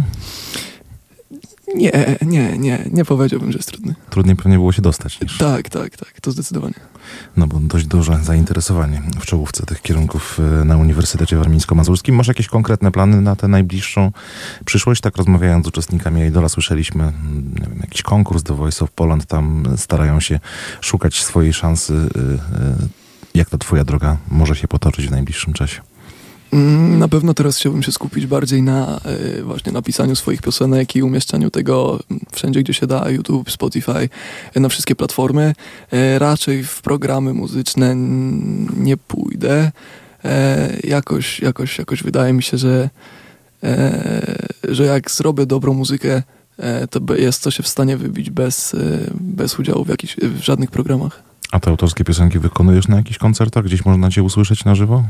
Nie powiedziałbym, że jest trudny. Trudniej pewnie było się dostać niż... Tak, to zdecydowanie. No bo dość duże zainteresowanie w czołówce tych kierunków na Uniwersytecie Warmińsko-Mazurskim. Masz jakieś konkretne plany na tę najbliższą przyszłość? Tak rozmawiając z uczestnikami Idola słyszeliśmy, nie wiem, jakiś konkurs The Voice of Poland, tam starają się szukać swojej szansy. Jak ta twoja droga może się potoczyć w najbliższym czasie? Na pewno teraz chciałbym się skupić bardziej na właśnie napisaniu swoich piosenek i umieszczaniu tego wszędzie, gdzie się da, YouTube, Spotify, na wszystkie platformy. Raczej w programy muzyczne nie pójdę. Jakoś wydaje mi się, że jak zrobię dobrą muzykę, to jest co się w stanie wybić bez udziału w żadnych programach. A te autorskie piosenki wykonujesz na jakichś koncertach? Gdzieś można cię usłyszeć na żywo?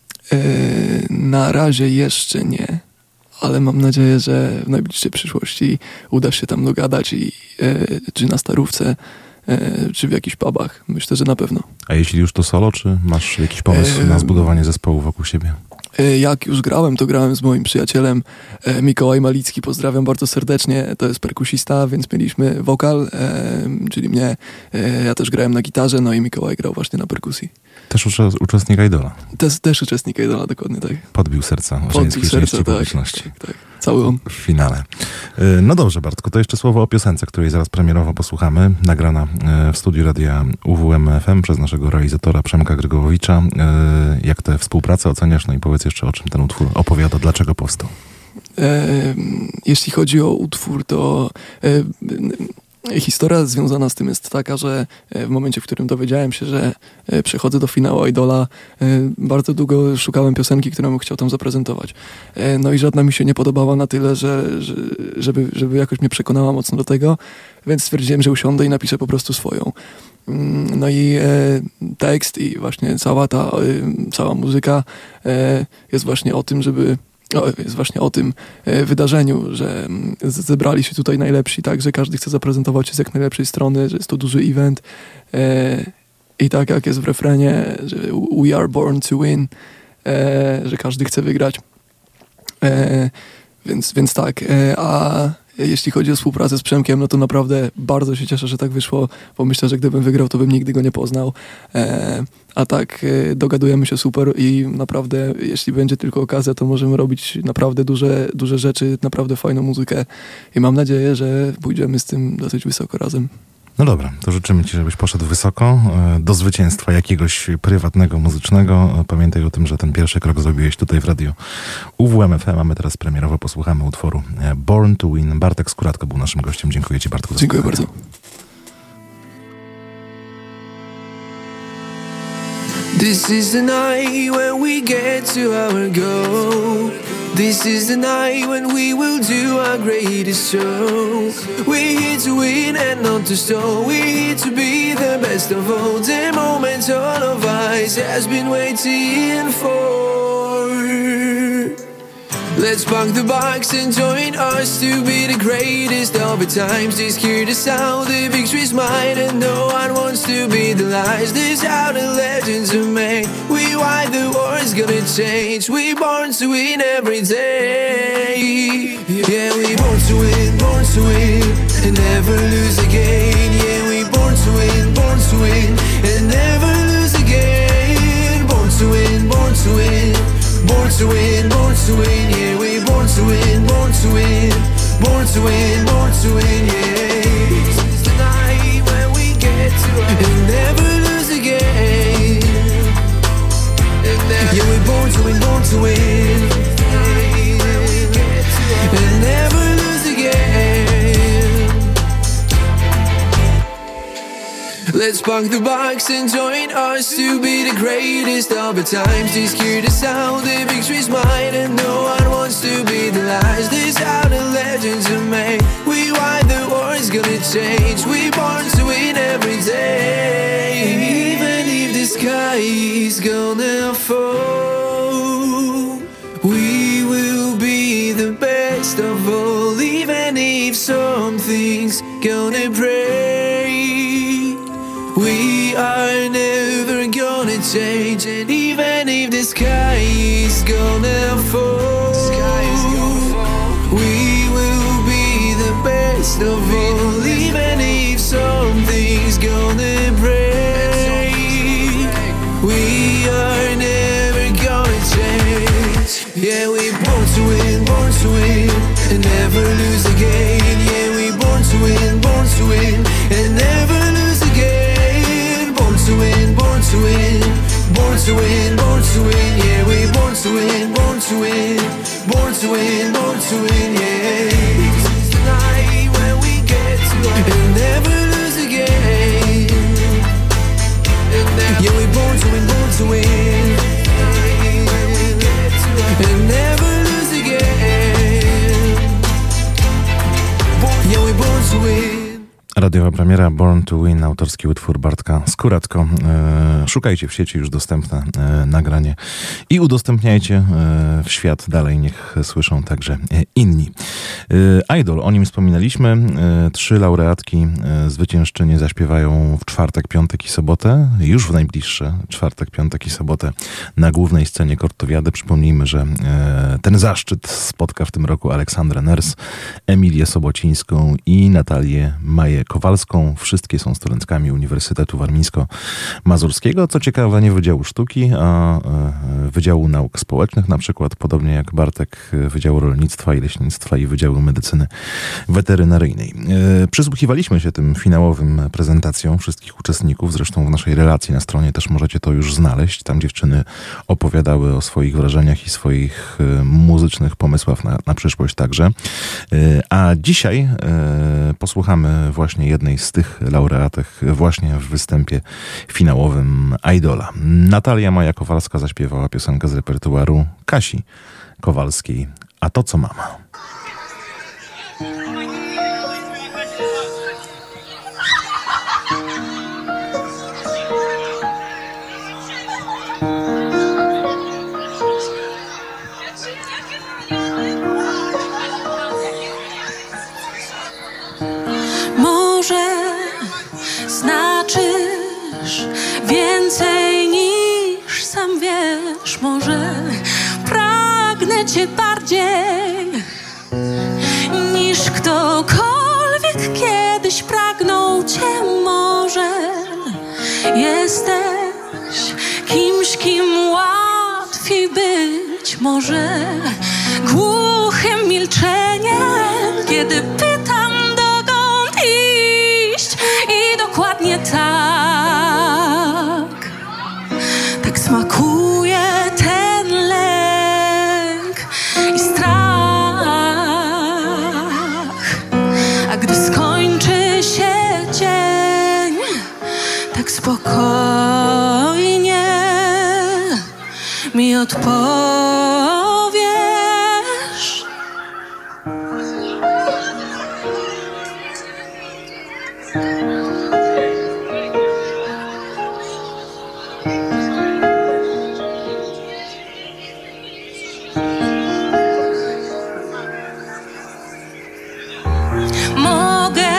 Na razie jeszcze nie, ale mam nadzieję, że w najbliższej przyszłości uda się tam dogadać czy na Starówce, czy w jakichś pubach. Myślę, że na pewno. A jeśli już to solo, czy masz jakiś pomysł na zbudowanie zespołu wokół siebie? Jak już grałem, to grałem z moim przyjacielem Mikołaj Malicki, pozdrawiam bardzo serdecznie, to jest perkusista, więc mieliśmy wokal, czyli mnie, ja też grałem na gitarze, no i Mikołaj grał właśnie na perkusji. Też uczestnik Idola. Też uczestnik Idola, dokładnie tak. Podbił serca Podbił serca, publiczności. Tak. Cały on. W finale. No dobrze, Bartku, to jeszcze słowo o piosence, której zaraz premierowo posłuchamy. Nagrana w studiu radia UWM-FM przez naszego realizatora Przemka Grygowowicza. Jak tę współpracę oceniasz? No i powiedz jeszcze, o czym ten utwór opowiada, dlaczego powstał. Jeśli chodzi o utwór, to historia związana z tym jest taka, że w momencie, w którym dowiedziałem się, że przechodzę do finału Idola, bardzo długo szukałem piosenki, którą bym chciał tam zaprezentować. No i żadna mi się nie podobała na tyle, żeby jakoś mnie przekonała mocno do tego, więc stwierdziłem, że usiądę i napiszę po prostu swoją. No i tekst i właśnie cała muzyka jest właśnie o tym, jest właśnie o tym wydarzeniu, że zebrali się tutaj najlepsi, tak, że każdy chce zaprezentować się z jak najlepszej strony, że jest to duży event i tak jak jest w refrenie, że we are born to win, że każdy chce wygrać. Więc tak, a jeśli chodzi o współpracę z Przemkiem, no to naprawdę bardzo się cieszę, że tak wyszło, bo myślę, że gdybym wygrał, to bym nigdy go nie poznał. A tak dogadujemy się super i naprawdę, jeśli będzie tylko okazja, to możemy robić naprawdę duże rzeczy, naprawdę fajną muzykę i mam nadzieję, że pójdziemy z tym dosyć wysoko razem. No dobra, to życzymy Ci, żebyś poszedł wysoko, do zwycięstwa jakiegoś prywatnego, muzycznego. Pamiętaj o tym, że ten pierwszy krok zrobiłeś tutaj w radiu UWM-FM, a my teraz premierowo posłuchamy utworu Born to Win. Bartek Skóratka był naszym gościem. Dziękuję Ci, Bartku. Dziękuję bardzo. This is the night when we get to our goal. This is the night when we will do our greatest show. We're here to win and not to stall. We're here to be the best of all. The moment all of us has been waiting for. Let's punk the box and join us to be the greatest of the times. This here the sound, the victory's mine, and no one wants to be the last. This how the legends are made. We why the war is gonna change. We born to win every day. Yeah, we born to win, and never lose again. Yeah, we born to win, and never lose again. Born to win, born to win. Born to win, yeah, we born to win, born to win, born to win, born to win, yeah. This is the night when we get to and never lose again. Yeah, we born to win, born to win, and never lose again. Let's punk the box and join us to be the greatest of the times. This here the sound, the victory's mine, and no one wants to be the last. This how the legends are made. We why the war is gonna change. We born to win every day. Even if the sky is gonna fall, we will be the best of all. Even if something's gonna break, we are never gonna change. And even if the sky is gonna fall, we will be the best of all. Even if something's gonna break, we are never gonna change. Yeah, we born to win, and never lose again. Yeah, we born to win, and never lose again. Born to win, born to win, born to Radiowa premiera Born to Win, autorski utwór Bartka Skóratko. Szukajcie w sieci, już dostępne nagranie i udostępniajcie w świat dalej, niech słyszą także inni. Idol, o nim wspominaliśmy. 3 laureatki, zwyciężczynie zaśpiewają w czwartek, piątek i sobotę, już w najbliższe czwartek, piątek i sobotę na głównej scenie Kortowiady. Przypomnijmy, że ten zaszczyt spotka w tym roku Aleksandrę Ners, Emilię Sobocińską i Natalię Maję Kowalską. Wszystkie są studentkami Uniwersytetu Warmińsko-Mazurskiego. Co ciekawe, nie Wydziału Sztuki, a Wydziału Nauk Społecznych, na przykład, podobnie jak Bartek, Wydziału Rolnictwa i Leśnictwa i Wydziału Medycyny Weterynaryjnej. Przysłuchiwaliśmy się tym finałowym prezentacjom wszystkich uczestników. Zresztą w naszej relacji na stronie też możecie to już znaleźć. Tam dziewczyny opowiadały o swoich wrażeniach i swoich muzycznych pomysłach na przyszłość także. A dzisiaj posłuchamy właśnie jednej z tych laureatek właśnie w występie finałowym Idola. Natalia Maja Kowalska zaśpiewała piosenkę z repertuaru Kasi Kowalskiej, A to co mama. Znaczysz więcej niż sam wiesz. Może pragnę cię bardziej niż ktokolwiek kiedyś pragnął cię. Może jesteś kimś, kim łatwiej być. Może głuchym milczeniem, kiedy pytam, dokąd iść. I dokładnie tak smakuje ten lęk i strach. A gdy skończy się dzień, tak spokojnie mi odpowiesz. Mogę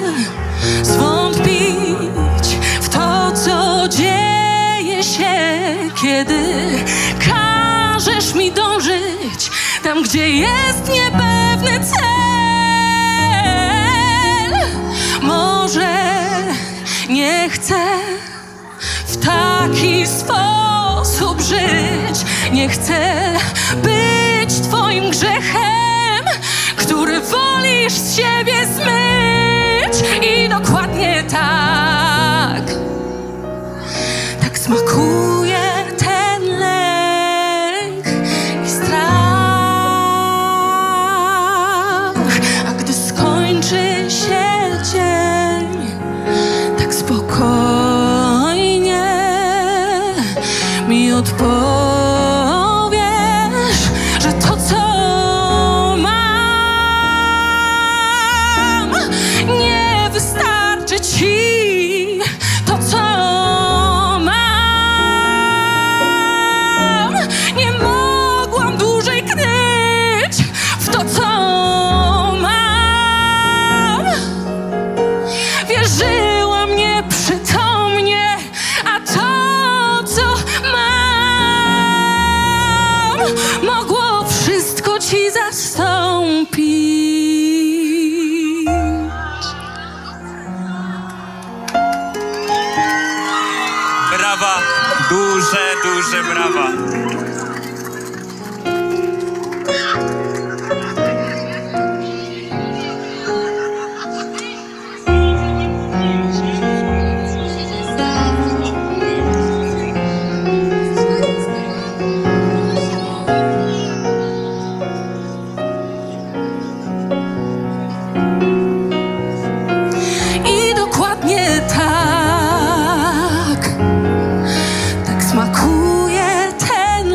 zwątpić w to, co dzieje się, kiedy każesz mi dążyć tam, gdzie jest niepewny cel. Może nie chcę w taki sposób żyć. Nie chcę być twoim grzechem, który wolisz z siebie zmyć. I dokładnie tak smakuje ten lęk i strach. A gdy skończy się dzień, tak spokojnie mi odpowiesz, że to, co mam, nie wystarczy ci. To, co mam, nie mogłam dłużej knyć w to, co mam. Wierzyłam nieprzytomnie, a to, co mam, mogło wszystko ci zastąpić. Brawa, duże brawa. I dokładnie tak smakuje ten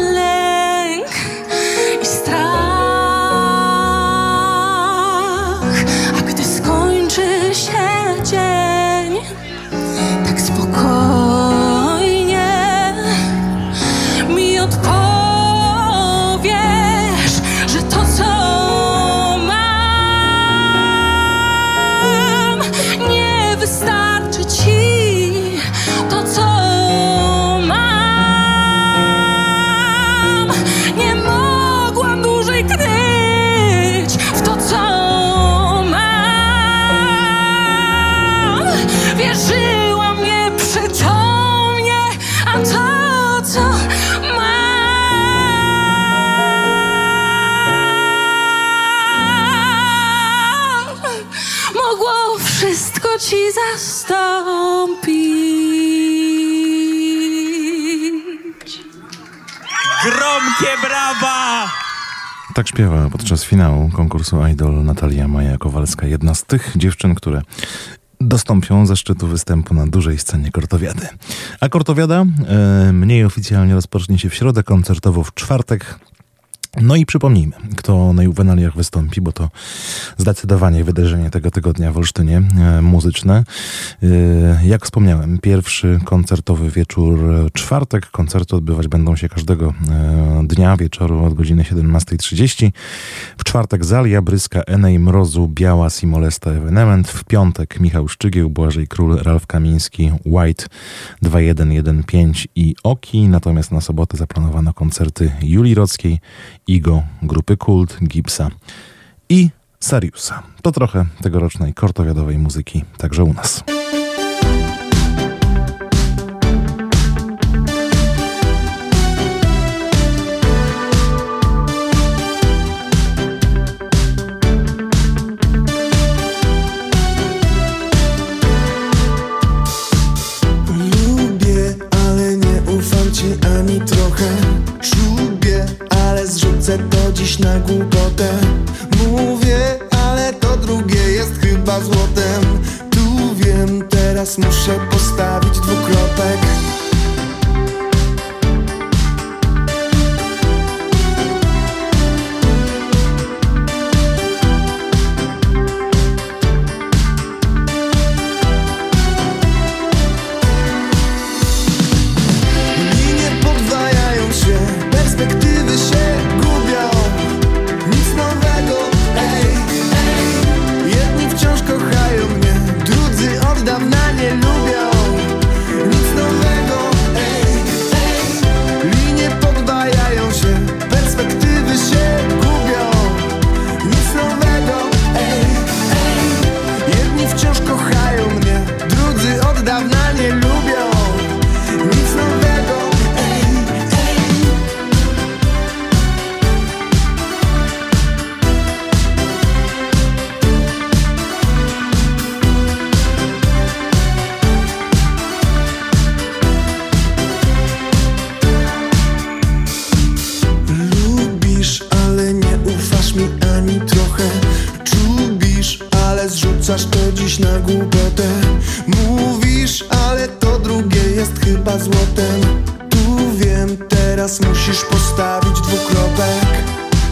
mogło wszystko ci zastąpić. Gromkie brawa! Tak śpiewa podczas finału konkursu Idol Natalia Maja Kowalska, jedna z tych dziewczyn, które dostąpią zaszczytu występu na dużej scenie Kortowiady. A Kortowiada mniej oficjalnie rozpocznie się w środę, koncertowo w czwartek. No i przypomnijmy, kto na Juwenaliach wystąpi, bo to zdecydowanie wydarzenie tego tygodnia w Olsztynie muzyczne. Jak wspomniałem, pierwszy koncertowy wieczór czwartek. Koncerty odbywać będą się każdego dnia wieczoru od godziny 17:30. W czwartek Zalia, Bryska, Enej, Mrozu, Biała, Simolesta, Ewenement. W piątek Michał Szczygieł, Błażej Król, Ralf Kamiński, White, 2115 i Oki. Natomiast na sobotę zaplanowano koncerty Julii Rockiej, Igo, grupy Kult, Gipsa i Sariusa. To trochę tegorocznej kortowiadowej muzyki także u nas. Lubię, ale nie ufam ci ani trochę. Czubię, ale zrzucę to dziś na głupotę. Mówię, ale to drugie jest chyba złotem. Tu wiem, teraz muszę postawić dwukropek. Linie podwajają się, perspektywy się gubią. Nic nowego, ej, ej. Jedni wciąż kochają mnie, drudzy od dawna nie lubią. Nic nowego, ej, ej. Linie podwajają się, perspektywy się gubią. Nic nowego, ej, ej. Jedni wciąż kochają mnie, drudzy od dawna nie lubią. Nic nowego, ej, ej. Lubisz, ale nie ufasz mi ani trochę. Czubisz, ale zrzucasz to dziś na głupotę. Mówisz, ale to drugie jest chyba złotem. Tu wiem, teraz musisz postawić dwukropek.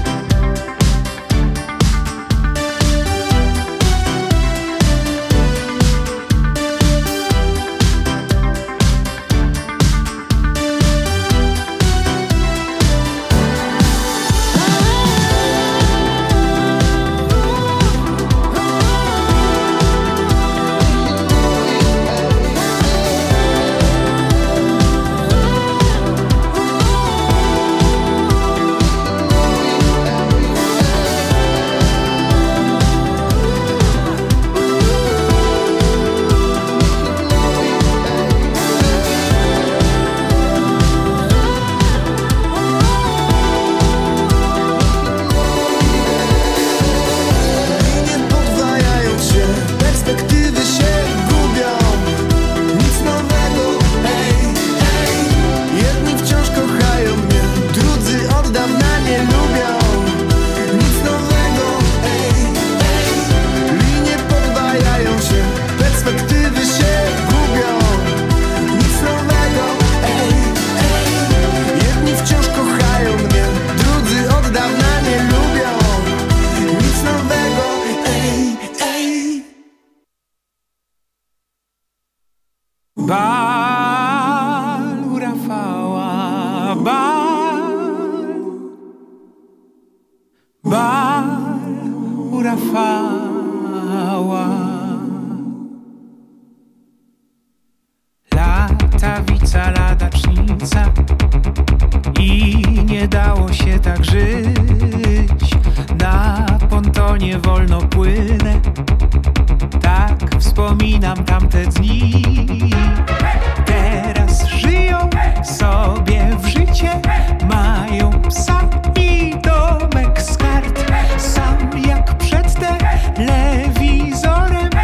Linie podwajają się, perspektywy się gubią. Nic nowego, ej, ej. Jedni wciąż kochają mnie, drudzy od dawna nie lubią. Nic nowego, ej, ej. Linie podwajają się, perspektywy się gubią. Nic nowego, ej, ej. Jedni wciąż kochają mnie, drudzy od dawna nie lubią. Nic nowego, ej, ej. Bal u Rafała, bal u Rafała. Latawica, ladacznica i nie dało się tak żyć. Na pontonie wolno płynę, tak wspominam tamte dni. Teraz żyją sobie w życie, mają psa i domek z kart. Sam jak przed telewizorem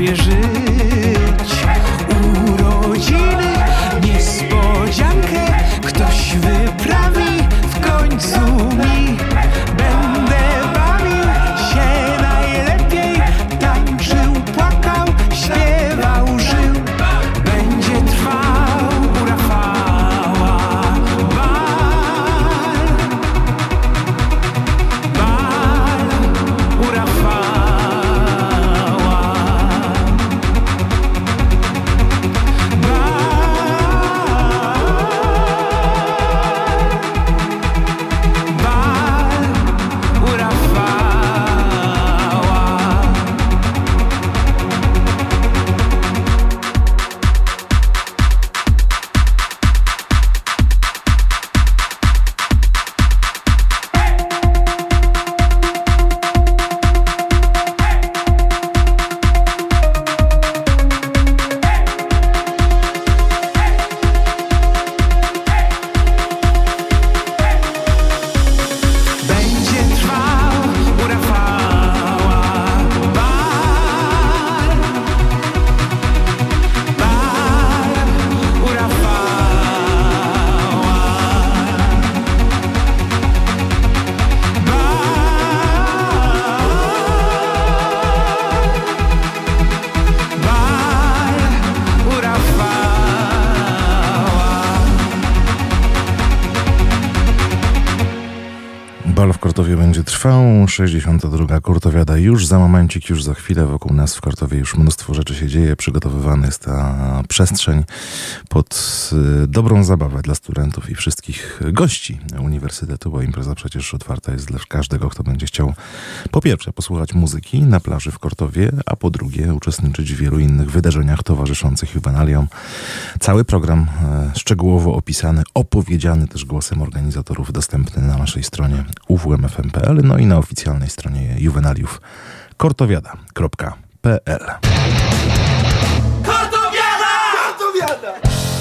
sobie żyć. Urodziny, niespodziankę ktoś wyprawi, w końcu mi będę bawił się najlepiej, tańczył, płakał, śpiewał, żył. Będzie trwał u Rafała bal u Rafała. Bal w Kortowie będzie trwał. 62. Kurtowiada już za momencik, już za chwilę. Wokół nas w Kortowie już mnóstwo rzeczy się dzieje. Przygotowywana jest ta przestrzeń pod dobrą zabawę dla studentów i wszystkich gości uniwersytetu, bo impreza przecież otwarta jest dla każdego, kto będzie chciał po pierwsze posłuchać muzyki na plaży w Kortowie, a po drugie uczestniczyć w wielu innych wydarzeniach towarzyszących juwenaliom. Cały program szczegółowo opisany, opowiedziany też głosem organizatorów, dostępny na naszej stronie uwmfm.pl, no i na oficjalnej stronie juwenaliów kortowiada.pl. Kortowiada! Kortowiada!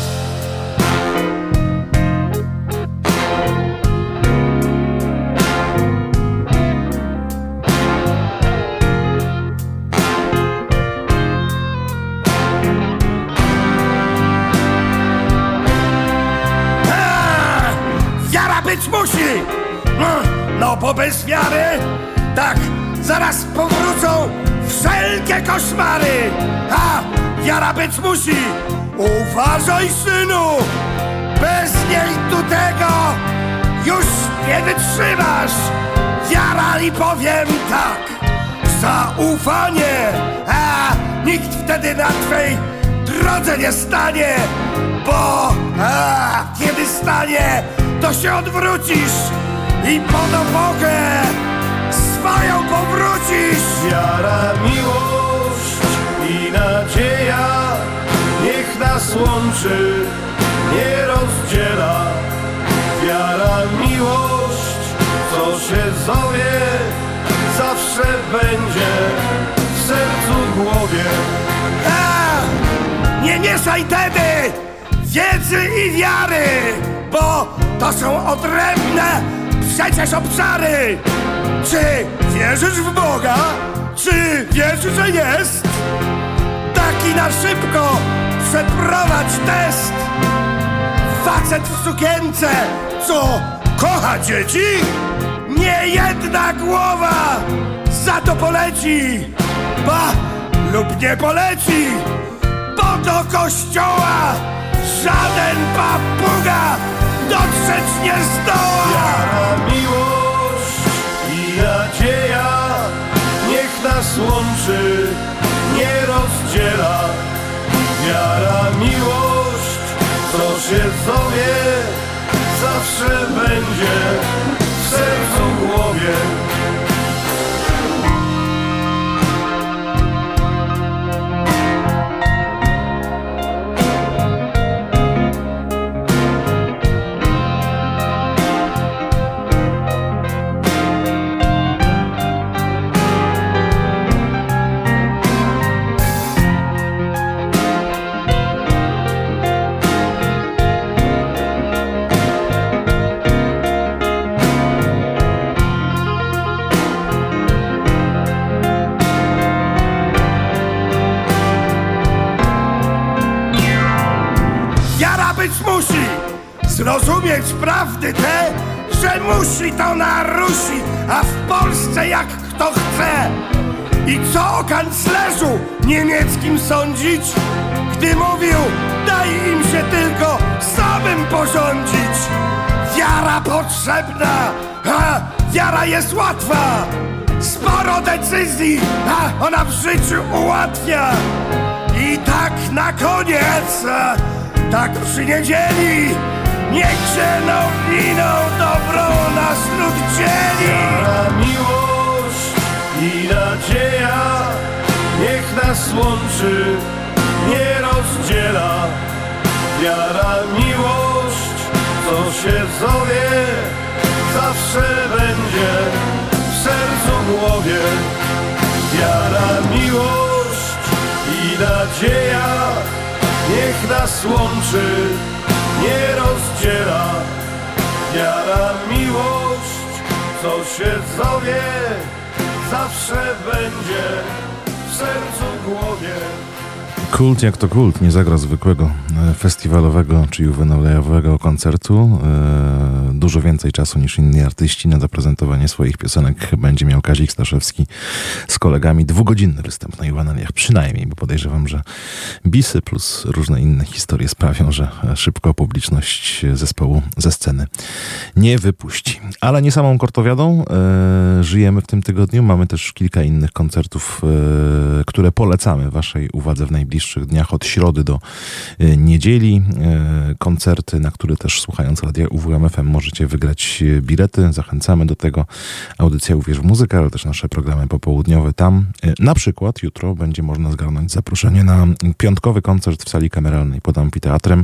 Wiara być musi! No bo bez wiary, tak, zaraz powrócą wszelkie koszmary. A wiara być musi! Uważaj, synu! Bez niej tu tego już nie wytrzymasz. Wiara i powiem tak, zaufanie, a nikt wtedy na twej drodze nie stanie, bo kiedy stanie, to się odwrócisz i po dopogę swoją powrócisz. Wiara, miłość i nadzieja niech nas łączy, nie rozdziela. Wiara, miłość, co się zowie, zawsze będzie w sercu, głowie. Nie mieszaj tedy wiedzy i wiary, bo to są odrębne przecież obszary. Czy wierzysz w Boga? Czy wierzysz, że jest? Taki na szybko przeprowadź test. Facet w sukience, co kocha dzieci? Nie jedna głowa za to poleci, ba lub nie poleci, bo do kościoła żaden papuga dotrzeć nie zdoła. Wiara, miłość i nadzieja niech nas łączy, nie rozdziela. Wiara, miłość, co się zowie, zawsze będzie w sercu, głowie. zrozumieć prawdy te, że musi to na Rusi, a w Polsce jak kto chce. I co o kanclerzu niemieckim sądzić, gdy mówił, daj im się tylko samym porządzić. Wiara potrzebna, a wiara jest łatwa. Sporo decyzji, a ona w życiu ułatwia. I tak na koniec, tak przy niedzieli, niech się nowiną dobrą nas lud dzieli. Wiara, miłość i nadzieja, niech nas łączy, nie rozdziela. Wiara, miłość, co się zowie, zawsze będzie w sercu, głowie. Wiara, miłość i nadzieja, niech nas łączy, nie rozdziela. Wiara, miłość, co się zowie, zawsze będzie w sercu, głowie. Kult jak to kult, nie zagra zwykłego festiwalowego czy juwenaliowego koncertu. Dużo więcej czasu niż inni artyści na zaprezentowanie swoich piosenek będzie miał Kazik Staszewski z kolegami. 2-godzinny występ na juwenaliach przynajmniej, bo podejrzewam, że bisy plus różne inne historie sprawią, że szybko publiczność zespołu ze sceny nie wypuści. Ale nie samą kortowiadą żyjemy w tym tygodniu. Mamy też kilka innych koncertów, które polecamy waszej uwadze w najbliższych dniach od środy do niedzieli. Koncerty, na które też słuchając radia UWMFM możecie wygrać bilety. Zachęcamy do tego. Audycja Uwierz w muzykę, ale też nasze programy popołudniowe tam. Na przykład jutro będzie można zgarnąć zaproszenie na piątkowy koncert w sali kameralnej pod amfiteatrem.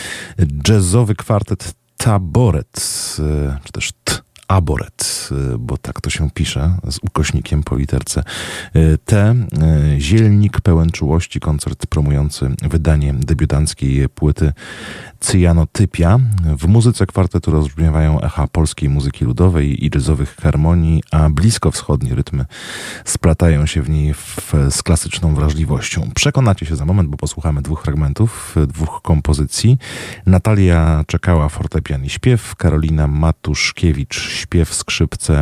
Jazzowy kwartet Taboret, czy też Aboret, bo tak to się pisze, z ukośnikiem po literce T. Zielnik pełen czułości, koncert promujący wydanie debiutanckiej płyty Cyjanotypia. W muzyce kwartetu rozbrzmiewają echa polskiej muzyki ludowej i jazzowych harmonii, a bliskowschodnie rytmy splatają się w niej z klasyczną wrażliwością. Przekonacie się za moment, bo posłuchamy 2 fragmentów, 2 kompozycji. Natalia Czekała, fortepian i śpiew, Karolina Matuszkiewicz, śpiew, skrzypce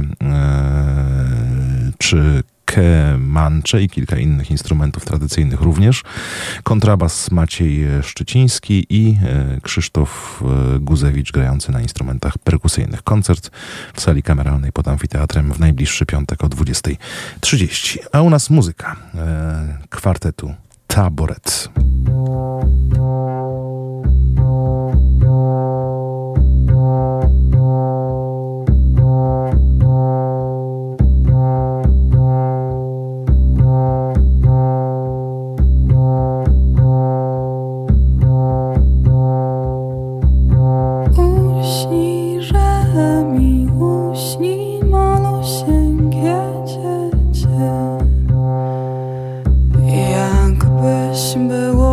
czy kemancze i kilka innych instrumentów tradycyjnych również. Kontrabas Maciej Szczyciński i Krzysztof Guzewicz grający na instrumentach perkusyjnych. Koncert w sali kameralnej pod amfiteatrem w najbliższy piątek o 20:30. A u nas muzyka kwartetu Taboret. Jakbyś był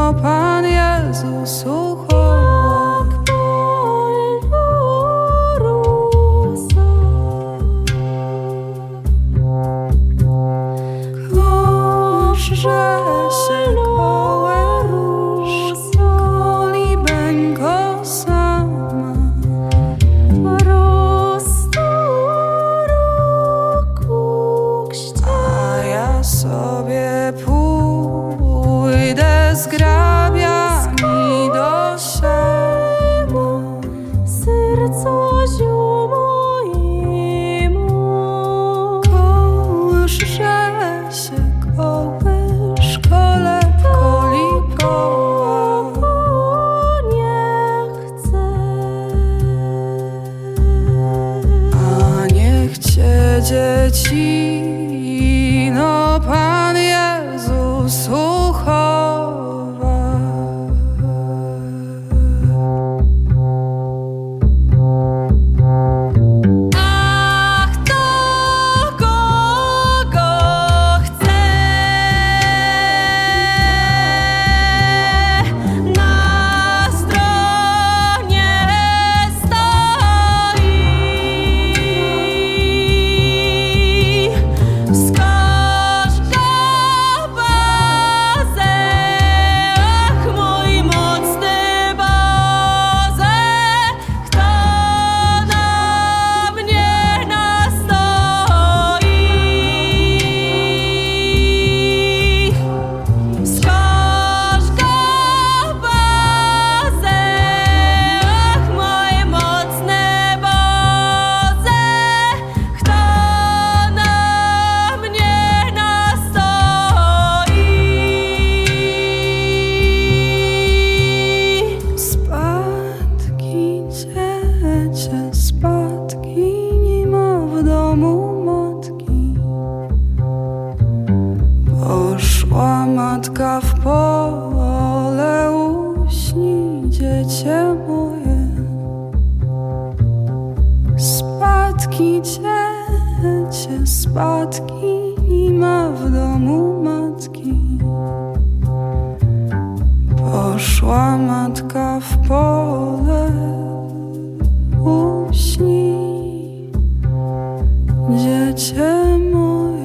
no Pan Jezus uchował. Że się kołę róż, koli bęko sama, a ja sobie pójdę z grabiami do siema, sercoziu mojemu, kołysz, że się kołysz, kolebko likoła, nie chcę. A niech cię dzieci, no Pan Jezus uchowa. Ach, to kogo chce, na stronie stoi. Skosz go bazę, ach mój mocny Boże, kto na mnie nastoi. Skosz go bazę, ach mój mocny Boże, kto na mnie nastoi. Spadki dziecię, spadki nie ma w domu matki. Poszła matka w pole, uśnij dziecię moje. Spadki dziecię, spadki nie ma w domu matki. Poszła matka w pole, uśnij dziecię moje.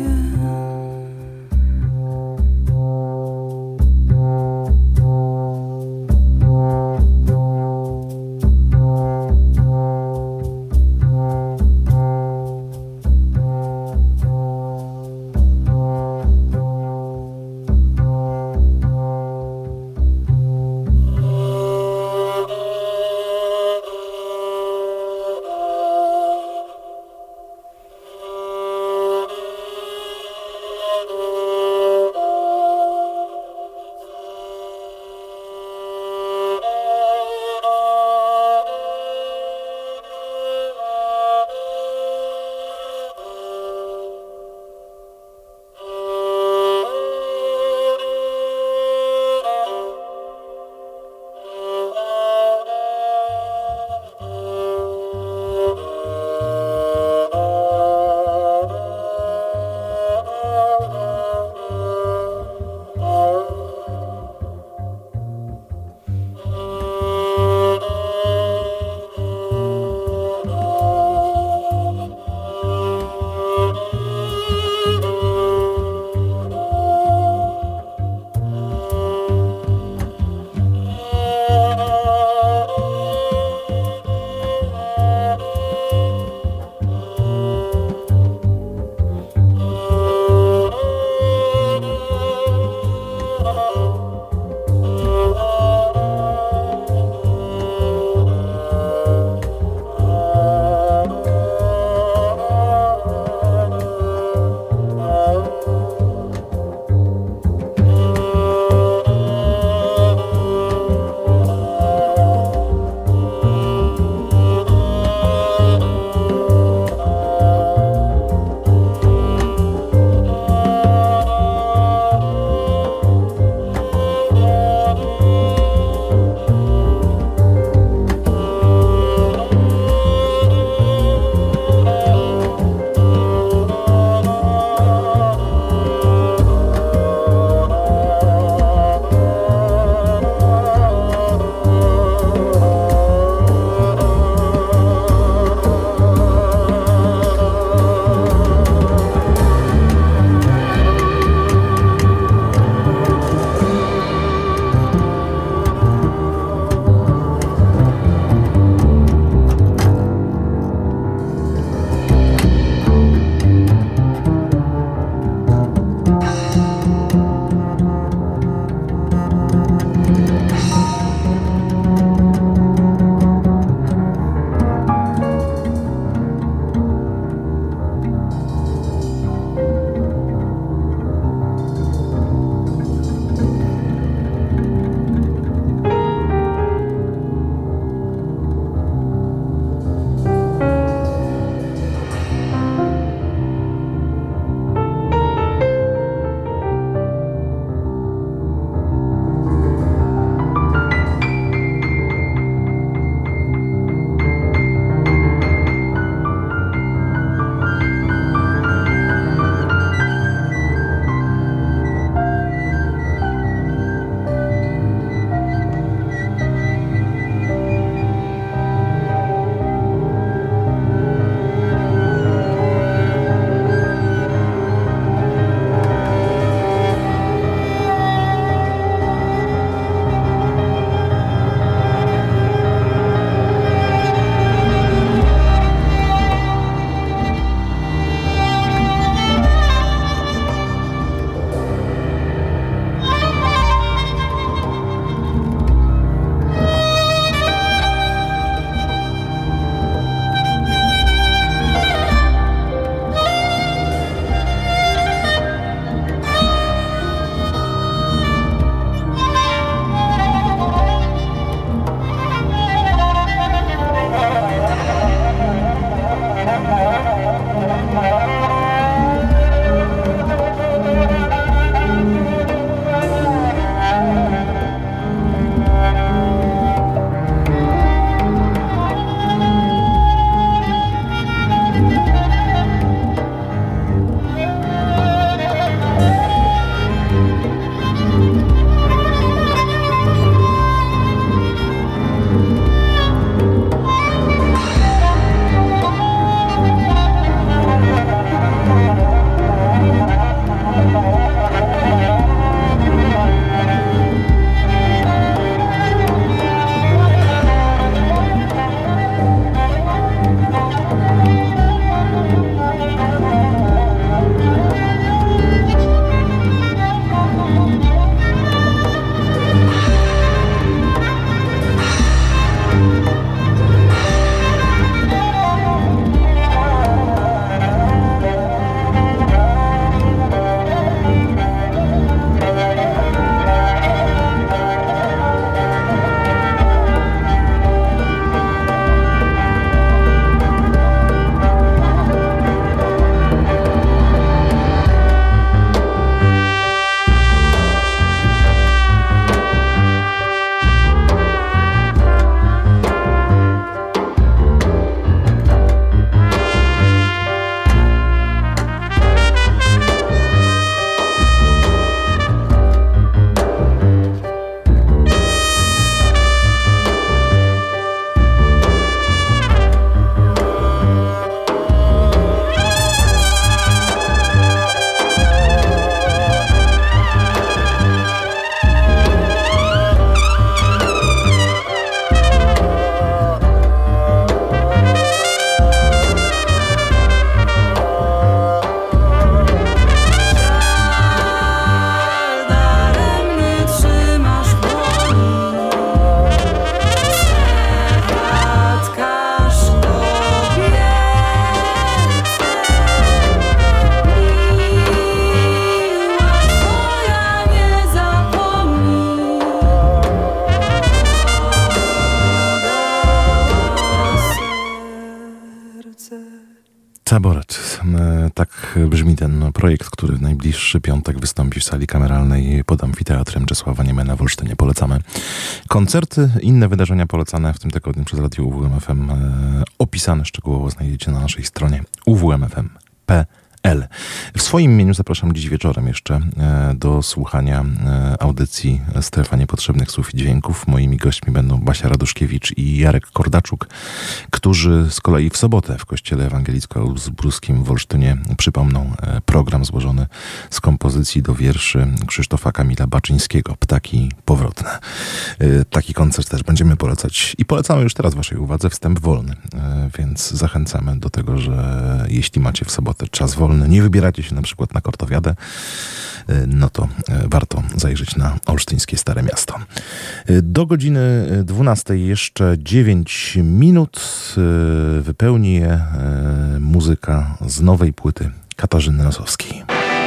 Saboret. Tak brzmi ten projekt, który w najbliższy piątek wystąpi w sali kameralnej pod amfiteatrem Czesława Niemena w Olsztynie. Polecamy. Koncerty, inne wydarzenia polecane w tym tygodniu przez Radio UWMFM opisane szczegółowo znajdziecie na naszej stronie uwmfm.pl. W swoim imieniu zapraszam dziś wieczorem jeszcze do słuchania audycji Strefa Niepotrzebnych Słów i Dźwięków. Moimi gośćmi będą Basia Raduszkiewicz i Jarek Kordaczuk, którzy z kolei w sobotę w Kościele Ewangelicko-Augsburskim w Olsztynie przypomną program złożony z kompozycji do wierszy Krzysztofa Kamila Baczyńskiego, Ptaki powrotne. Taki koncert też będziemy polecać i polecamy już teraz waszej uwadze wstęp wolny, więc zachęcamy do tego, że jeśli macie w sobotę czas wolny, nie wybieracie się na przykład na Kortowiadę, no to warto zajrzeć na olsztyńskie Stare Miasto. Do godziny 12 jeszcze 9 minut. Wypełni je muzyka z nowej płyty Katarzyny Nosowskiej.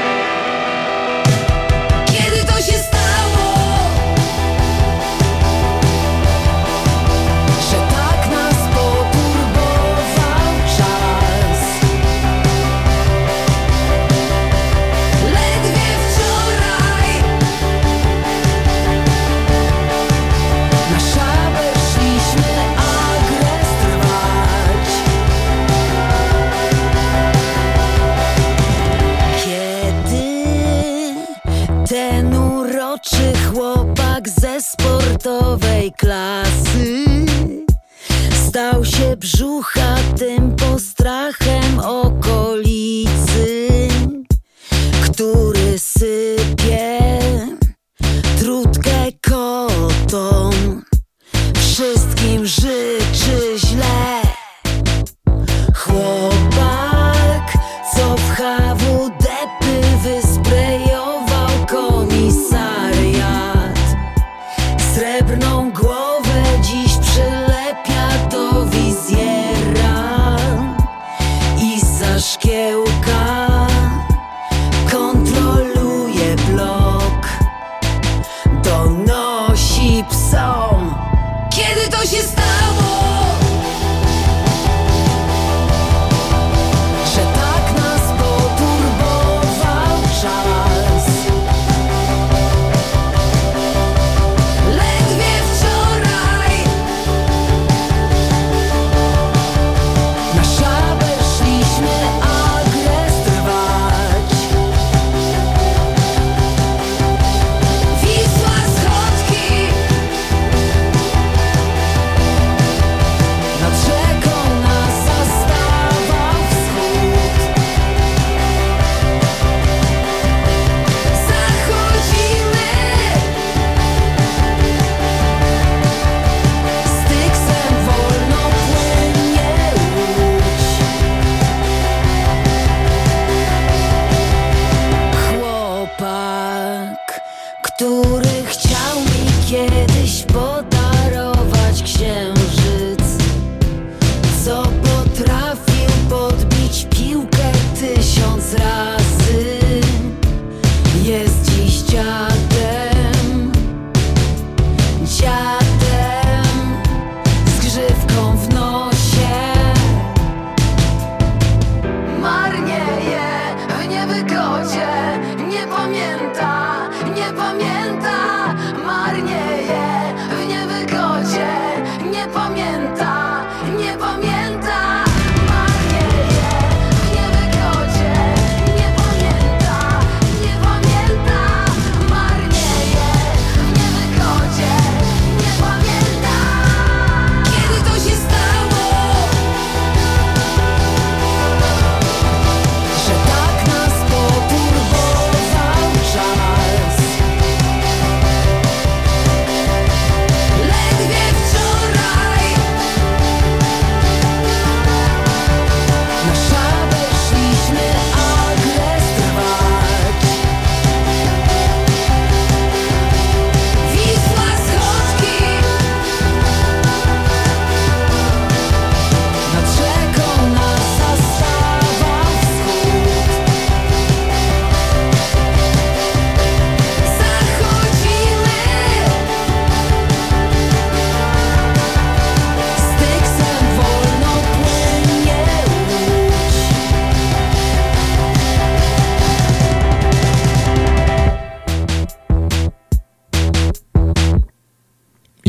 Kiedy to się stało, że tak nas poturbował czas? Ledwie wczoraj na szaber szliśmy agres trwać. Kiedy ten uroczy chłopak ze sportowej klasy stał się brzuchatym postrachem okolicy, który sypie trutkę kotom, wszystkim życzy źle. Chłopak, co w HWDP wysprejował komisariat, srebrną głowę dziś przylepia do wizjera i za szkiełka kontroluje blok do nocy.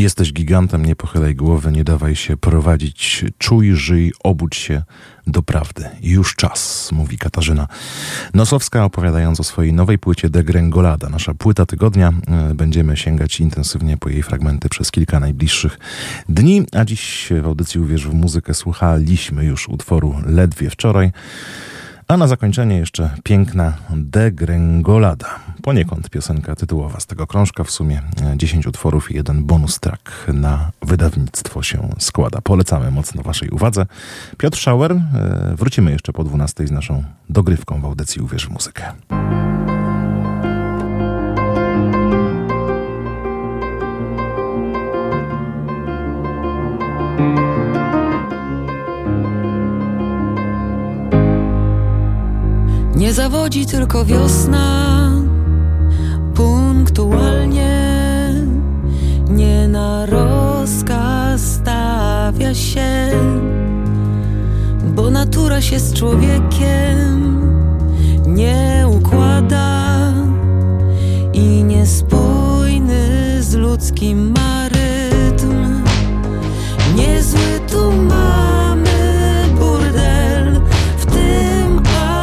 Jesteś gigantem, nie pochylaj głowy, nie dawaj się prowadzić. Czuj, żyj, obudź się do prawdy. Już czas, mówi Katarzyna Nosowska, opowiadając o swojej nowej płycie Degrengolada. Nasza płyta tygodnia. Będziemy sięgać intensywnie po jej fragmenty przez kilka najbliższych dni, a dziś w audycji Uwierz w muzykę słuchaliśmy już utworu ledwie wczoraj. A na zakończenie jeszcze piękna Degrengolada. Poniekąd piosenka tytułowa z tego krążka. W sumie 10 utworów i jeden bonus track na wydawnictwo się składa. Polecamy mocno waszej uwadze. Piotr Schauer. Wrócimy jeszcze po 12 z naszą dogrywką w audycji Uwierz w muzykę. Nie zawodzi tylko wiosna, punktualnie, nie na rozkaz stawia się, bo natura się z człowiekiem nie układa i niespójny z ludzkim ma rytm. Niezły tu mamy burdel, w tym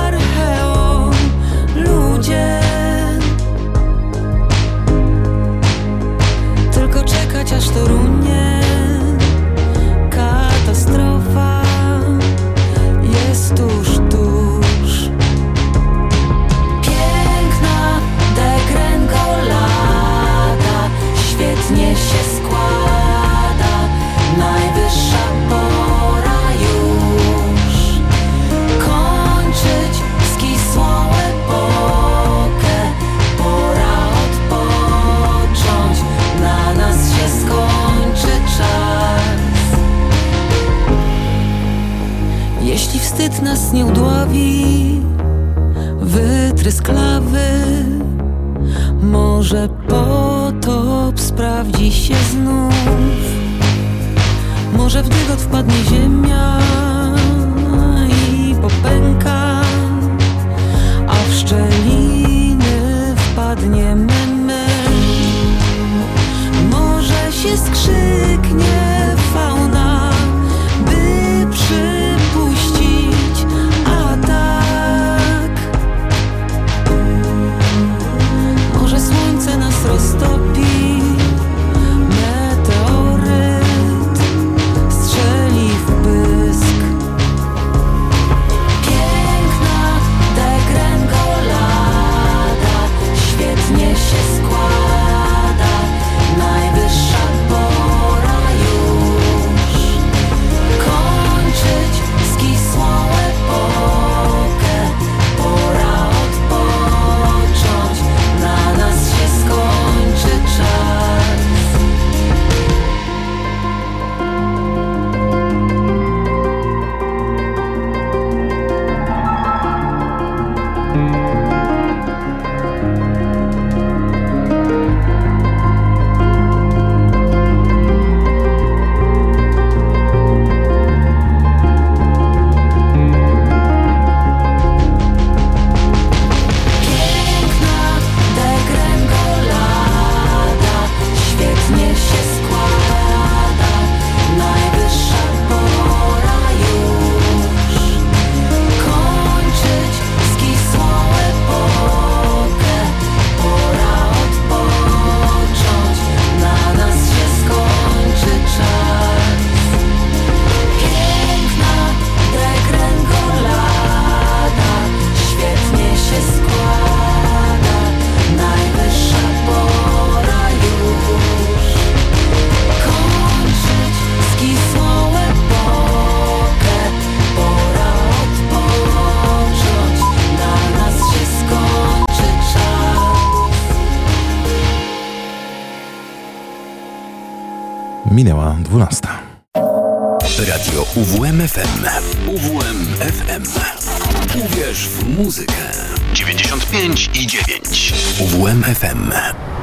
ludzie. Tylko czekać aż to runie. Katastrofa jest tuż, tuż. Piękna degrengolada świetnie się składa. Najwyższa pora już kończyć skisłą epokę. Pora odpocząć, na nas się skończy czas. Jeśli wstyd nas nie udławi, wytrysk lawy, może potop sprawdzi się znów. Może w dygot wpadnie ziemia i popęka, a w szczeliny wpadniemy my. Może się skrzyknie fauna, by przypuścić atak. Może słońce nas roztopi, meteoryt strzeli w pysk. Piękna degrengolada świetnie się składa. Najwyższa pora już kończyć skisłą epokę. Pora odpocząć, na nas się skończy czas. Piękna degrengolada świetnie się składa. Najwyższa pora już kończyć skisłą epokę. Pora odpocząć, na nas się skończy czas. Piękna degrengolada świetnie się składa. Najwyższa pora już kończyć skisłą epokę. Pora odpocząć, na nas się skończy czas. Minęła 12. Radio UWMFM. UWMFM. Uwierz w muzykę. 95,9. UWMFM.